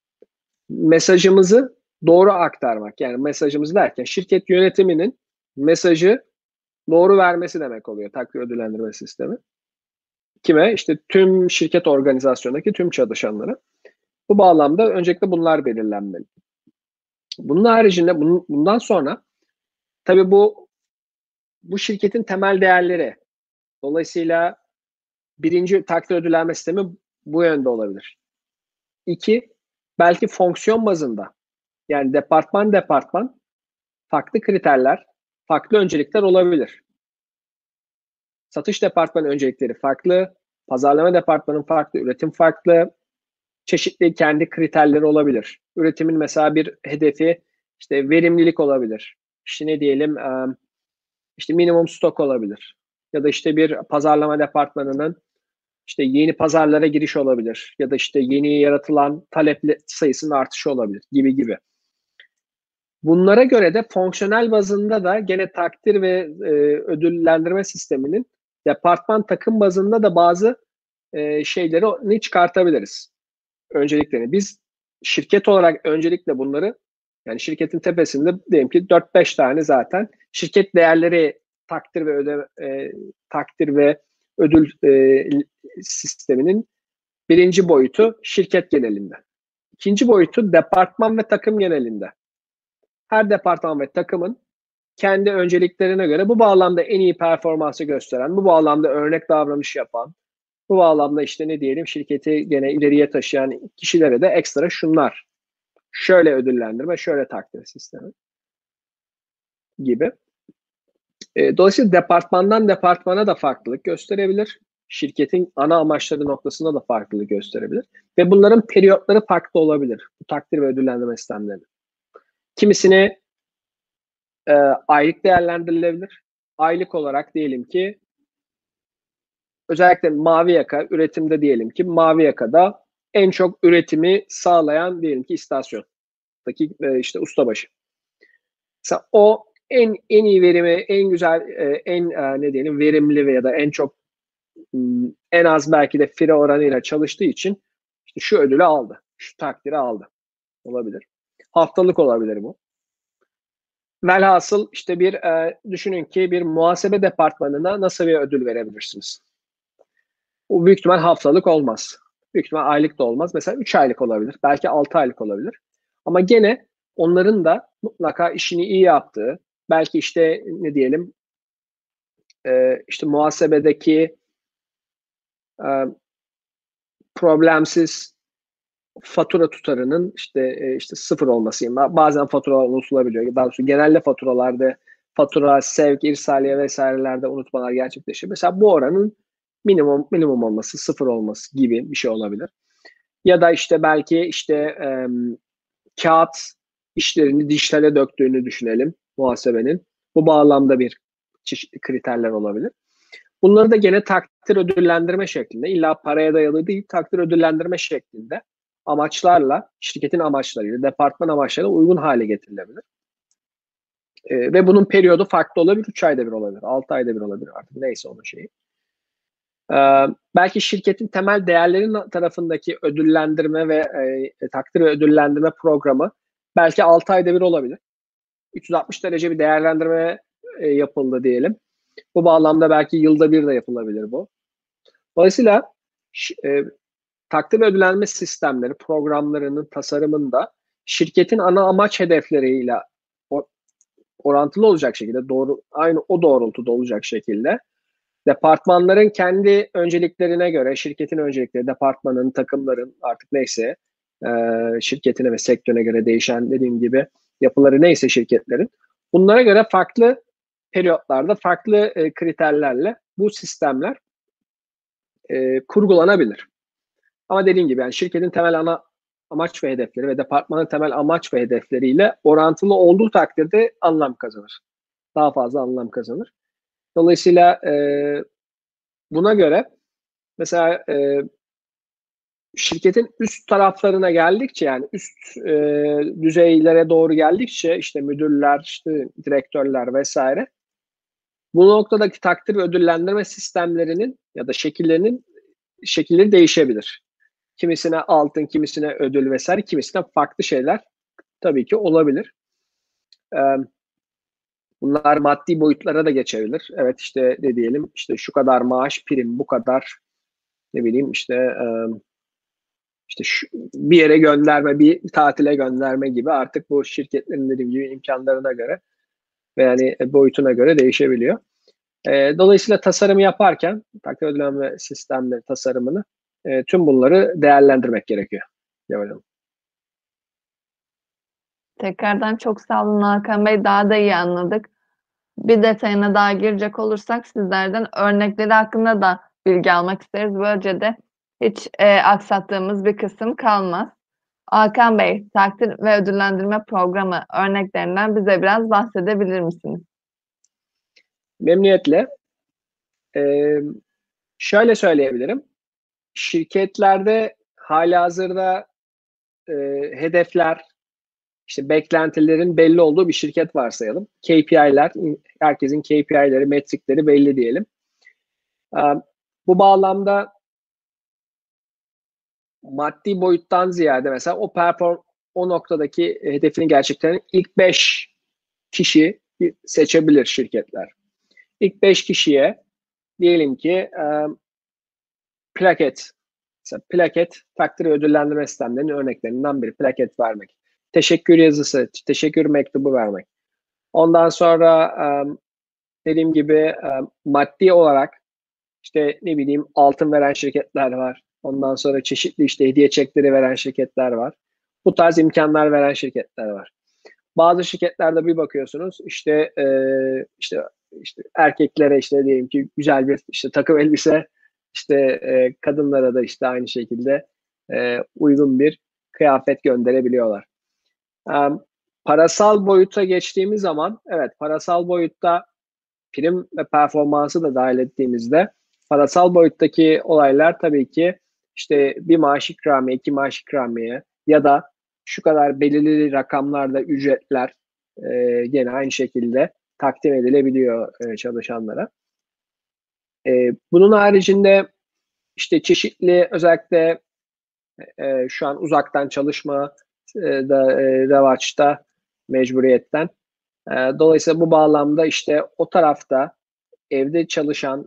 Mesajımızı doğru aktarmak, yani mesajımız derken şirket yönetiminin mesajı doğru vermesi demek oluyor takdir ve ödüllendirme sistemi. Kime? İşte tüm şirket organizasyonundaki tüm çalışanlara. Bu bağlamda öncelikle bunlar belirlenmeli. Bunun haricinde bundan sonra tabii bu bu şirketin temel değerleri. Dolayısıyla birinci takdir ödüllenme sistemi bu yönde olabilir. İki, belki fonksiyon bazında. Yani departman departman farklı kriterler, farklı öncelikler olabilir. Satış departmanı öncelikleri farklı, pazarlama departmanının farklı, üretim farklı, çeşitli kendi kriterleri olabilir. Üretimin mesela bir hedefi işte verimlilik olabilir. İşte ne diyelim, işte minimum stok olabilir. Ya da işte bir pazarlama departmanının işte yeni pazarlara giriş olabilir. Ya da işte yeni yaratılan talep sayısının artışı olabilir gibi gibi. Bunlara göre de fonksiyonel bazında da gene takdir ve e, ödüllendirme sisteminin departman takım bazında da bazı e, şeyleri ne çıkartabiliriz. Önceliklerini. Biz şirket olarak öncelikle bunları, yani şirketin tepesinde diyelim ki dört beş tane zaten şirket değerleri takdir ve öde e, takdir ve ödül e, sisteminin birinci boyutu şirket genelinde. İkinci boyutu departman ve takım genelinde. Her departman ve takımın kendi önceliklerine göre bu bağlamda en iyi performansı gösteren, bu bağlamda örnek davranış yapan, bu bağlamda işte ne diyelim şirketi gene ileriye taşıyan kişilere de ekstra şunlar. Şöyle ödüllendirme, şöyle takdir sistemi gibi. E, dolayısıyla departmandan departmana da farklılık gösterebilir. Şirketin ana amaçları noktasında da farklılık gösterebilir. Ve bunların periyotları farklı olabilir. Bu takdir ve ödüllendirme sistemleri. Kimisini e, aylık değerlendirilebilir. Aylık olarak diyelim ki özellikle mavi yaka üretimde diyelim ki mavi yakada en çok üretimi sağlayan diyelim ki istasyondaki e, işte ustabaşı. Mesela o en en iyi verimi, en güzel, e, en e, ne diyelim verimli veya da en çok m, en az belki de fire oranıyla çalıştığı için işte şu ödülü aldı, şu takdiri aldı olabilir. Haftalık olabilir bu. Velhasıl işte bir e, düşünün ki bir muhasebe departmanına nasıl bir ödül verebilirsiniz? Bu büyük ihtimal haftalık olmaz. Büyük ihtimal aylık da olmaz. Mesela üç aylık olabilir. Belki altı aylık olabilir. Ama gene onların da mutlaka işini iyi yaptığı, belki işte ne diyelim e, işte muhasebedeki e, problemsiz fatura tutarının işte e, işte sıfır olması. Bazen faturalar unutulabiliyor. Daha doğrusu genelde faturalarda fatura, sevk, irsaliye vesairelerde unutmalar gerçekleşiyor. Mesela bu oranın minimum minimum olması, sıfır olması gibi bir şey olabilir. Ya da işte belki işte e, kağıt işlerini dijitale döktüğünü düşünelim muhasebenin. Bu bağlamda bir çeşitli kriterler olabilir. Bunları da gene takdir ödüllendirme şeklinde, illa paraya dayalı değil, takdir ödüllendirme şeklinde amaçlarla, şirketin amaçlarıyla, departman amaçlarıyla uygun hale getirilebilir. E, ve bunun periyodu farklı olabilir, üç ayda bir olabilir, altı ayda bir olabilir artık neyse onun şeyi. E, belki şirketin temel değerlerin tarafındaki ödüllendirme ve e, takdir ve ödüllendirme programı belki altı ayda bir olabilir. üç yüz altmış derece bir değerlendirme e, yapıldı diyelim. Bu bağlamda belki yılda bir de yapılabilir bu. Dolayısıyla e, takdir ve ödüllenme sistemleri, programlarının tasarımında şirketin ana amaç hedefleriyle orantılı olacak şekilde, doğru aynı o doğrultuda olacak şekilde departmanların kendi önceliklerine göre, şirketin öncelikleri, departmanın, takımların artık neyse e, şirketine ve sektörüne göre değişen dediğim gibi yapıları neyse şirketlerin bunlara göre farklı periyotlarda farklı e, kriterlerle bu sistemler e, kurgulanabilir. Ama dediğim gibi yani şirketin temel ana amaç ve hedefleri ve departmanın temel amaç ve hedefleriyle orantılı olduğu takdirde anlam kazanır. Daha fazla anlam kazanır. Dolayısıyla e, buna göre mesela e, şirketin üst taraflarına geldikçe yani üst e, düzeylere doğru geldikçe işte müdürler, işte direktörler vesaire bu noktadaki takdir ve ödüllendirme sistemlerinin ya da şekillerinin şekilleri değişebilir. Kimisine altın, kimisine ödül vesaire, kimisine farklı şeyler tabii ki olabilir. Ee, bunlar maddi boyutlara da geçebilir. Evet işte ne diyelim işte şu kadar maaş prim, bu kadar ne bileyim işte e, işte şu, bir yere gönderme, bir tatile gönderme gibi artık bu şirketlerin dediğim gibi imkanlarına göre ve yani boyutuna göre değişebiliyor. E, dolayısıyla tasarımı yaparken takdir ödüllenme sistemleri tasarımını e, tüm bunları değerlendirmek gerekiyor. Diyorum. Tekrardan çok sağ olun Hakan Bey. Daha da iyi anladık. Bir detayına daha girecek olursak sizlerden örnekleri hakkında da bilgi almak isteriz. Böylece de hiç e, aksattığımız bir kısım kalmaz. Hakan Bey, takdir ve ödüllendirme programı örneklerinden bize biraz bahsedebilir misiniz? Memnuniyetle. Ee, şöyle söyleyebilirim. Şirketlerde halihazırda e, hedefler, işte beklentilerin belli olduğu bir şirket varsayalım. K P I'ler, herkesin K P I'leri, metrikleri belli diyelim. Ee, bu bağlamda maddi boyuttan ziyade mesela o perform o noktadaki hedefini gerçekten ilk beş kişi seçebilir şirketler. İlk beş kişiye diyelim ki e, plaket, mesela plaket takdir ve ödüllendirme sistemlerinin örneklerinden biri plaket vermek. Teşekkür yazısı, teşekkür mektubu vermek. Ondan sonra e, dediğim gibi e, maddi olarak işte ne bileyim altın veren şirketler var. Ondan sonra çeşitli işte hediye çekleri veren şirketler var. Bu tarz imkanlar veren şirketler var. Bazı şirketlerde bir bakıyorsunuz işte e, işte işte erkeklere işte diyelim ki güzel bir işte takım elbise işte e, kadınlara da işte aynı şekilde e, uygun bir kıyafet gönderebiliyorlar. Um, parasal boyuta geçtiğimiz zaman, evet, parasal boyutta prim ve performansı da dahil ettiğimizde parasal boyuttaki olaylar tabii ki işte bir maaş ikramiye, iki maaş ikramiye ya da şu kadar belirli rakamlarda ücretler e, gene aynı şekilde takdim edilebiliyor e, çalışanlara. E, bunun haricinde işte çeşitli, özellikle e, şu an uzaktan çalışma e, da e, revaçta mecburiyetten. E, dolayısıyla bu bağlamda işte o tarafta evde çalışan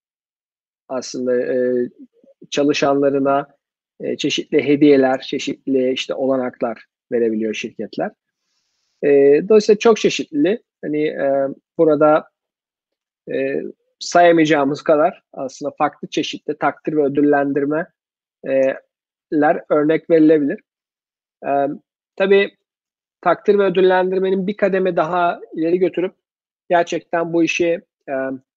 aslında e, çalışanlarına e, çeşitli hediyeler, çeşitli işte olanaklar verebiliyor şirketler. E, dolayısıyla çok çeşitli. Hani e, burada e, sayamayacağımız kadar aslında farklı çeşitli takdir ve ödüllendirmeler örnek verilebilir. E, tabii takdir ve ödüllendirmenin bir kademe daha ileri götürüp gerçekten bu işi e,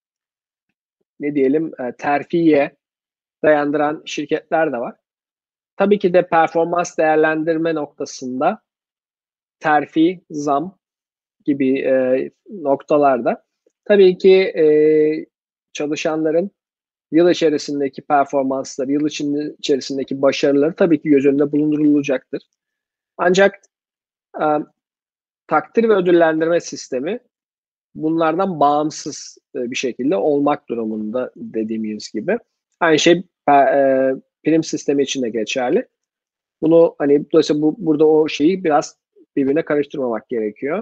ne diyelim e, terfiye dayandıran şirketler de var. Tabii ki de performans değerlendirme noktasında terfi, zam gibi e, noktalarda tabii ki e, çalışanların yıl içerisindeki performansları, yıl içerisindeki başarıları tabii ki göz önünde bulundurulacaktır. Ancak e, takdir ve ödüllendirme sistemi bunlardan bağımsız e, bir şekilde olmak durumunda, dediğimiz gibi. Aynı şey e, prim sistemi için de geçerli. Bunu hani dolayısıyla bu, burada o şeyi biraz birbirine karıştırmamak gerekiyor.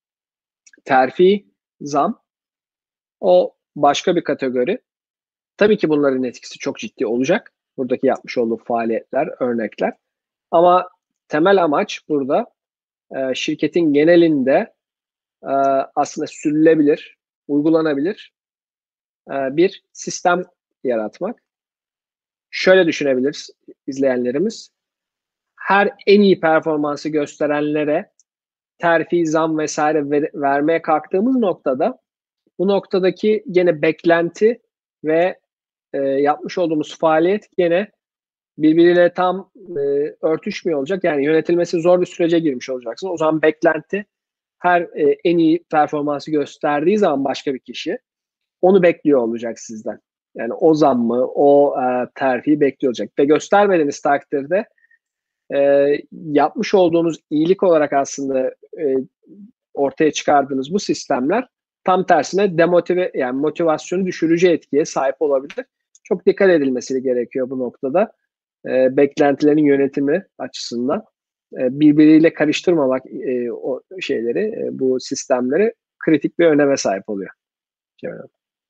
Terfi, zam o başka bir kategori. Tabii ki bunların etkisi çok ciddi olacak. Buradaki yapmış olduğu faaliyetler, örnekler. Ama temel amaç burada e, şirketin genelinde e, aslında sürülebilir, uygulanabilir e, bir sistem yaratmak. Şöyle düşünebiliriz izleyenlerimiz. Her en iyi performansı gösterenlere terfi, zam vesaire ver, vermeye kalktığımız noktada bu noktadaki gene beklenti ve e, yapmış olduğumuz faaliyet gene birbiriyle tam e, örtüşmüyor olacak. Yani yönetilmesi zor bir sürece girmiş olacaksın. O zaman beklenti her e, en iyi performansı gösterdiği zaman başka bir kişi onu bekliyor olacak sizden. Yani o zammı, o e, terfiyi bekliyor olacak. Ve göstermediğiniz takdirde e, yapmış olduğunuz iyilik olarak aslında e, ortaya çıkardığınız bu sistemler tam tersine demotive, yani motivasyonu düşürücü etkiye sahip olabilir. Çok dikkat edilmesi gerekiyor bu noktada. E, beklentilerin yönetimi açısından e, birbiriyle karıştırmamak e, o şeyleri, e, bu sistemleri kritik bir öneme sahip oluyor. Evet.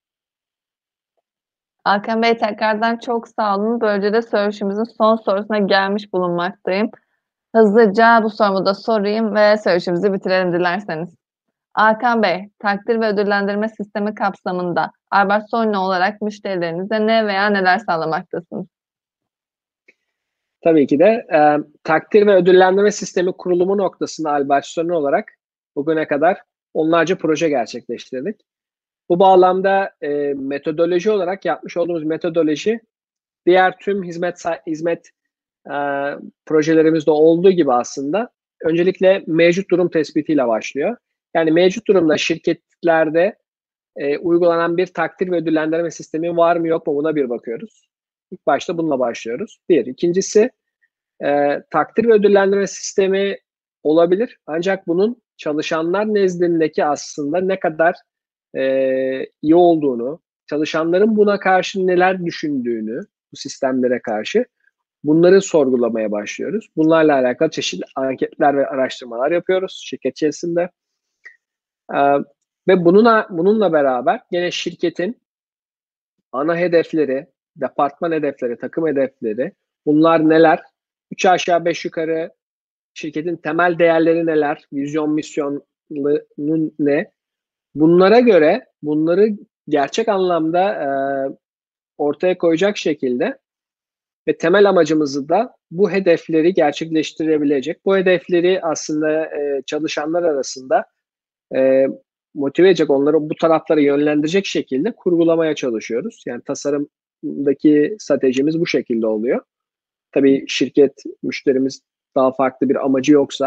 Hakan Bey, tekrardan çok sağ olun. Böylece de söyleşimizin son sorusuna gelmiş bulunmaktayım. Hızlıca bu sorumu da sorayım ve söyleşimizi bitirelim dilerseniz. Hakan Bey, takdir ve ödüllendirme sistemi kapsamında Albert Solna olarak müşterilerinize ne veya neler sağlamaktasınız? Tabii ki de e, takdir ve ödüllendirme sistemi kurulumu noktasında Albarston olarak bugüne kadar onlarca proje gerçekleştirdik. Bu bağlamda e, metodoloji olarak yapmış olduğumuz metodoloji diğer tüm hizmet hizmet e, projelerimizde olduğu gibi aslında öncelikle mevcut durum tespitiyle başlıyor. Yani mevcut durumda şirketlerde e, uygulanan bir takdir ve ödüllendirme sistemi var mı yok mu, buna bir bakıyoruz. İlk başta bununla başlıyoruz. Bir. İkincisi e, takdir ve ödüllendirme sistemi olabilir. Ancak bunun çalışanlar nezdindeki aslında ne kadar e, iyi olduğunu, çalışanların buna karşı neler düşündüğünü, bu sistemlere karşı bunları sorgulamaya başlıyoruz. Bunlarla alakalı çeşitli anketler ve araştırmalar yapıyoruz şirket içerisinde. E, ve bununla, bununla beraber gene şirketin ana hedefleri, departman hedefleri, takım hedefleri, bunlar neler? Üç aşağı beş yukarı şirketin temel değerleri neler? Vizyon, misyonunun ne? Bunlara göre bunları gerçek anlamda e, ortaya koyacak şekilde ve temel amacımızı da bu hedefleri gerçekleştirebilecek. Bu hedefleri aslında e, çalışanlar arasında e, motive edecek, onları bu taraflara yönlendirecek şekilde kurgulamaya çalışıyoruz. Yani tasarımdaki stratejimiz bu şekilde oluyor. Tabii şirket, müşterimiz daha farklı bir amacı yoksa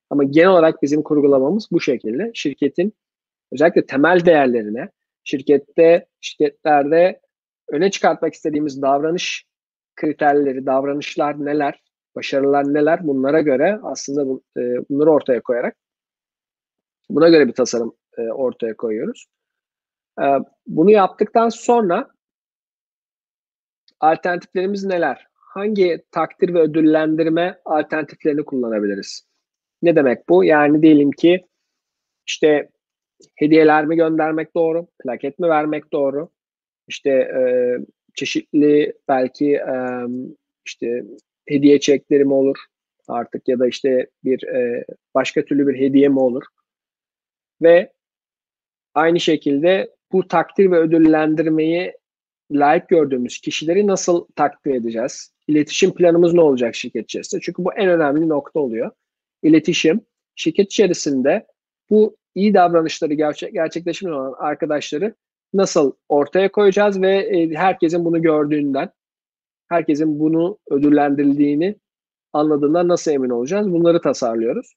Ama genel olarak bizim kurgulamamız bu şekilde. Şirketin özellikle temel değerlerine, şirkette, şirketlerde öne çıkartmak istediğimiz davranış kriterleri, davranışlar neler, başarılar neler, bunlara göre aslında bu, e, bunları ortaya koyarak buna göre bir tasarım e, ortaya koyuyoruz. E, bunu yaptıktan sonra alternatiflerimiz neler? Hangi takdir ve ödüllendirme alternatiflerini kullanabiliriz? Ne demek bu? Yani diyelim ki işte hediyeler mi göndermek doğru, plaket mi vermek doğru? İşte e, çeşitli belki e, işte hediye çekleri mi olur artık ya da işte bir e, başka türlü bir hediye mi olur? Ve aynı şekilde bu takdir ve ödüllendirmeyi layık gördüğümüz kişileri nasıl takdir edeceğiz? İletişim planımız ne olacak şirket içerisinde? Çünkü bu en önemli nokta oluyor. İletişim, şirket içerisinde bu iyi davranışları gerçek, gerçekleşmiş olan arkadaşları nasıl ortaya koyacağız ve e, herkesin bunu gördüğünden, herkesin bunu ödüllendirildiğini anladığından nasıl emin olacağız? Bunları tasarlıyoruz.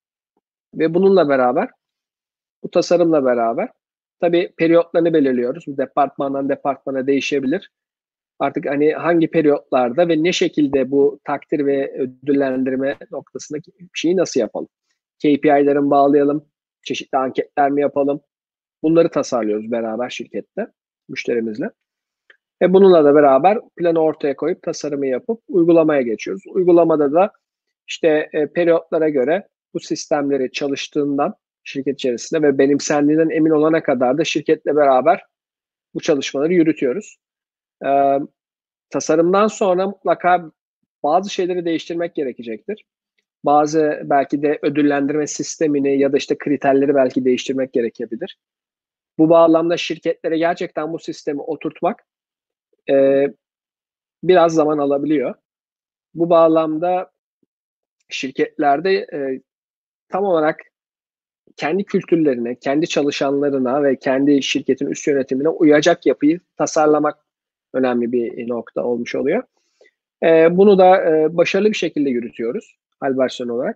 Ve bununla beraber, bu tasarımla beraber tabii periyotlarını belirliyoruz. Bu departmandan departmana değişebilir. Artık hani hangi periyotlarda ve ne şekilde bu takdir ve ödüllendirme noktasındaki şeyi nasıl yapalım? K P I'lerin bağlayalım, çeşitli anketler mi yapalım? Bunları tasarlıyoruz beraber şirkette, müşterimizle. Ve bununla da beraber planı ortaya koyup tasarımı yapıp uygulamaya geçiyoruz. Uygulamada da işte e, periyotlara göre bu sistemleri çalıştığından şirket içerisinde ve benimsendiğinden emin olana kadar da şirketle beraber bu çalışmaları yürütüyoruz. Ee, tasarımdan sonra mutlaka bazı şeyleri değiştirmek gerekecektir. Bazı belki de ödüllendirme sistemini ya da işte kriterleri belki değiştirmek gerekebilir. Bu bağlamda şirketlere gerçekten bu sistemi oturtmak e, biraz zaman alabiliyor. Bu bağlamda şirketlerde e, tam olarak kendi kültürlerine, kendi çalışanlarına ve kendi şirketin üst yönetimine uyacak yapıyı tasarlamak önemli bir nokta olmuş oluyor. E, bunu da e, başarılı bir şekilde yürütüyoruz Halberson olarak.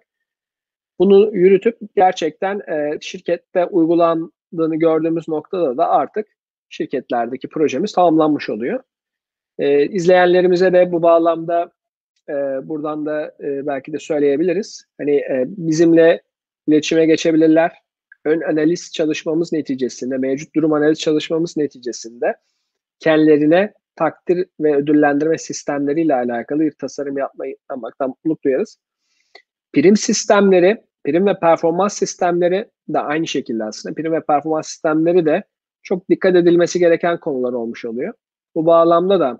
Bunu yürütüp gerçekten e, şirkette uygulandığını gördüğümüz noktada da artık şirketlerdeki projemiz tamamlanmış oluyor. E, izleyenlerimize de bu bağlamda e, buradan da e, belki de söyleyebiliriz. Hani e, bizimle iletişime geçebilirler. Ön analiz çalışmamız neticesinde, mevcut durum analiz çalışmamız neticesinde kendilerine takdir ve ödüllendirme sistemleriyle alakalı bir tasarım yapmayı yapmaktan mutluluk duyarız. Prim sistemleri, prim ve performans sistemleri de aynı şekilde aslında. Prim ve performans sistemleri de çok dikkat edilmesi gereken konular olmuş oluyor. Bu bağlamda da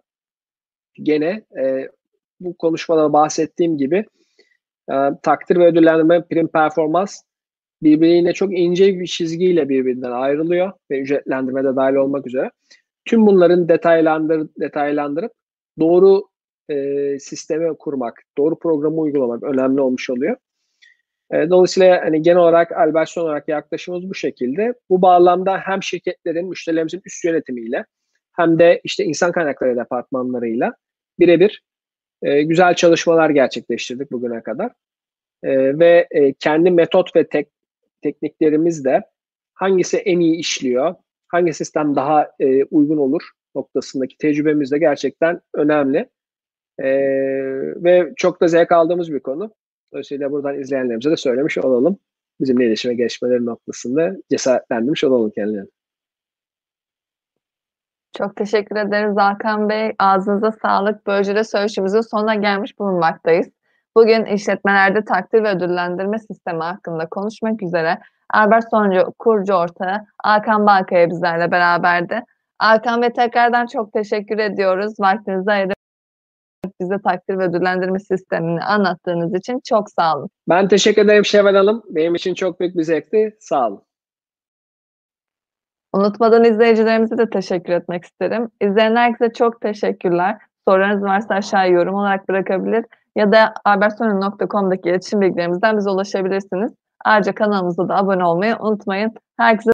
gene e, bu konuşmada bahsettiğim gibi e, takdir ve ödüllendirme, prim performans birbiriyle çok ince bir çizgiyle birbirinden ayrılıyor ve ücretlendirme de dahil olmak üzere. Tüm bunların detaylandır, detaylandırıp doğru e, sistemi kurmak, doğru programı uygulamak önemli olmuş oluyor. E, dolayısıyla hani genel olarak Albertson olarak yaklaşımımız bu şekilde. Bu bağlamda hem şirketlerin, müşterilerimizin üst yönetimiyle hem de işte insan kaynakları departmanlarıyla birebir e, güzel çalışmalar gerçekleştirdik bugüne kadar. E, ve e, kendi metot ve tek, tekniklerimiz de hangisi en iyi işliyor, hangi sistem daha e, uygun olur noktasındaki tecrübemiz de gerçekten önemli. E, ve çok da zevk aldığımız bir konu. Dolayısıyla buradan izleyenlerimize de söylemiş olalım. Bizimle iletişime geçmeleri noktasında cesaretlendirmiş olalım kendilerini. Çok teşekkür ederiz Hakan Bey. Ağzınıza sağlık. Böylece de söyleşimizin sonuna gelmiş bulunmaktayız. Bugün işletmelerde takdir ve ödüllendirme sistemi hakkında konuşmak üzere Albertsoncu kurucu ortağı Hakan Balkaya bizlerle beraberdi. Hakan Bey tekrardan çok teşekkür ediyoruz. Vaktinizi ayırıp bize takdir ve ödüllendirme sistemini anlattığınız için çok sağ olun. Ben teşekkür ederim Şevval Hanım. Benim için çok büyük bir zevkti. Sağ olun. Unutmadan izleyicilerimize de teşekkür etmek isterim. İzleyen herkese çok teşekkürler. Sorularınız varsa aşağıya yorum olarak bırakabilir ya da albertsonu nokta com'daki iletişim bilgilerimizden bize ulaşabilirsiniz. Ayrıca kanalımıza da abone olmayı unutmayın. Herkese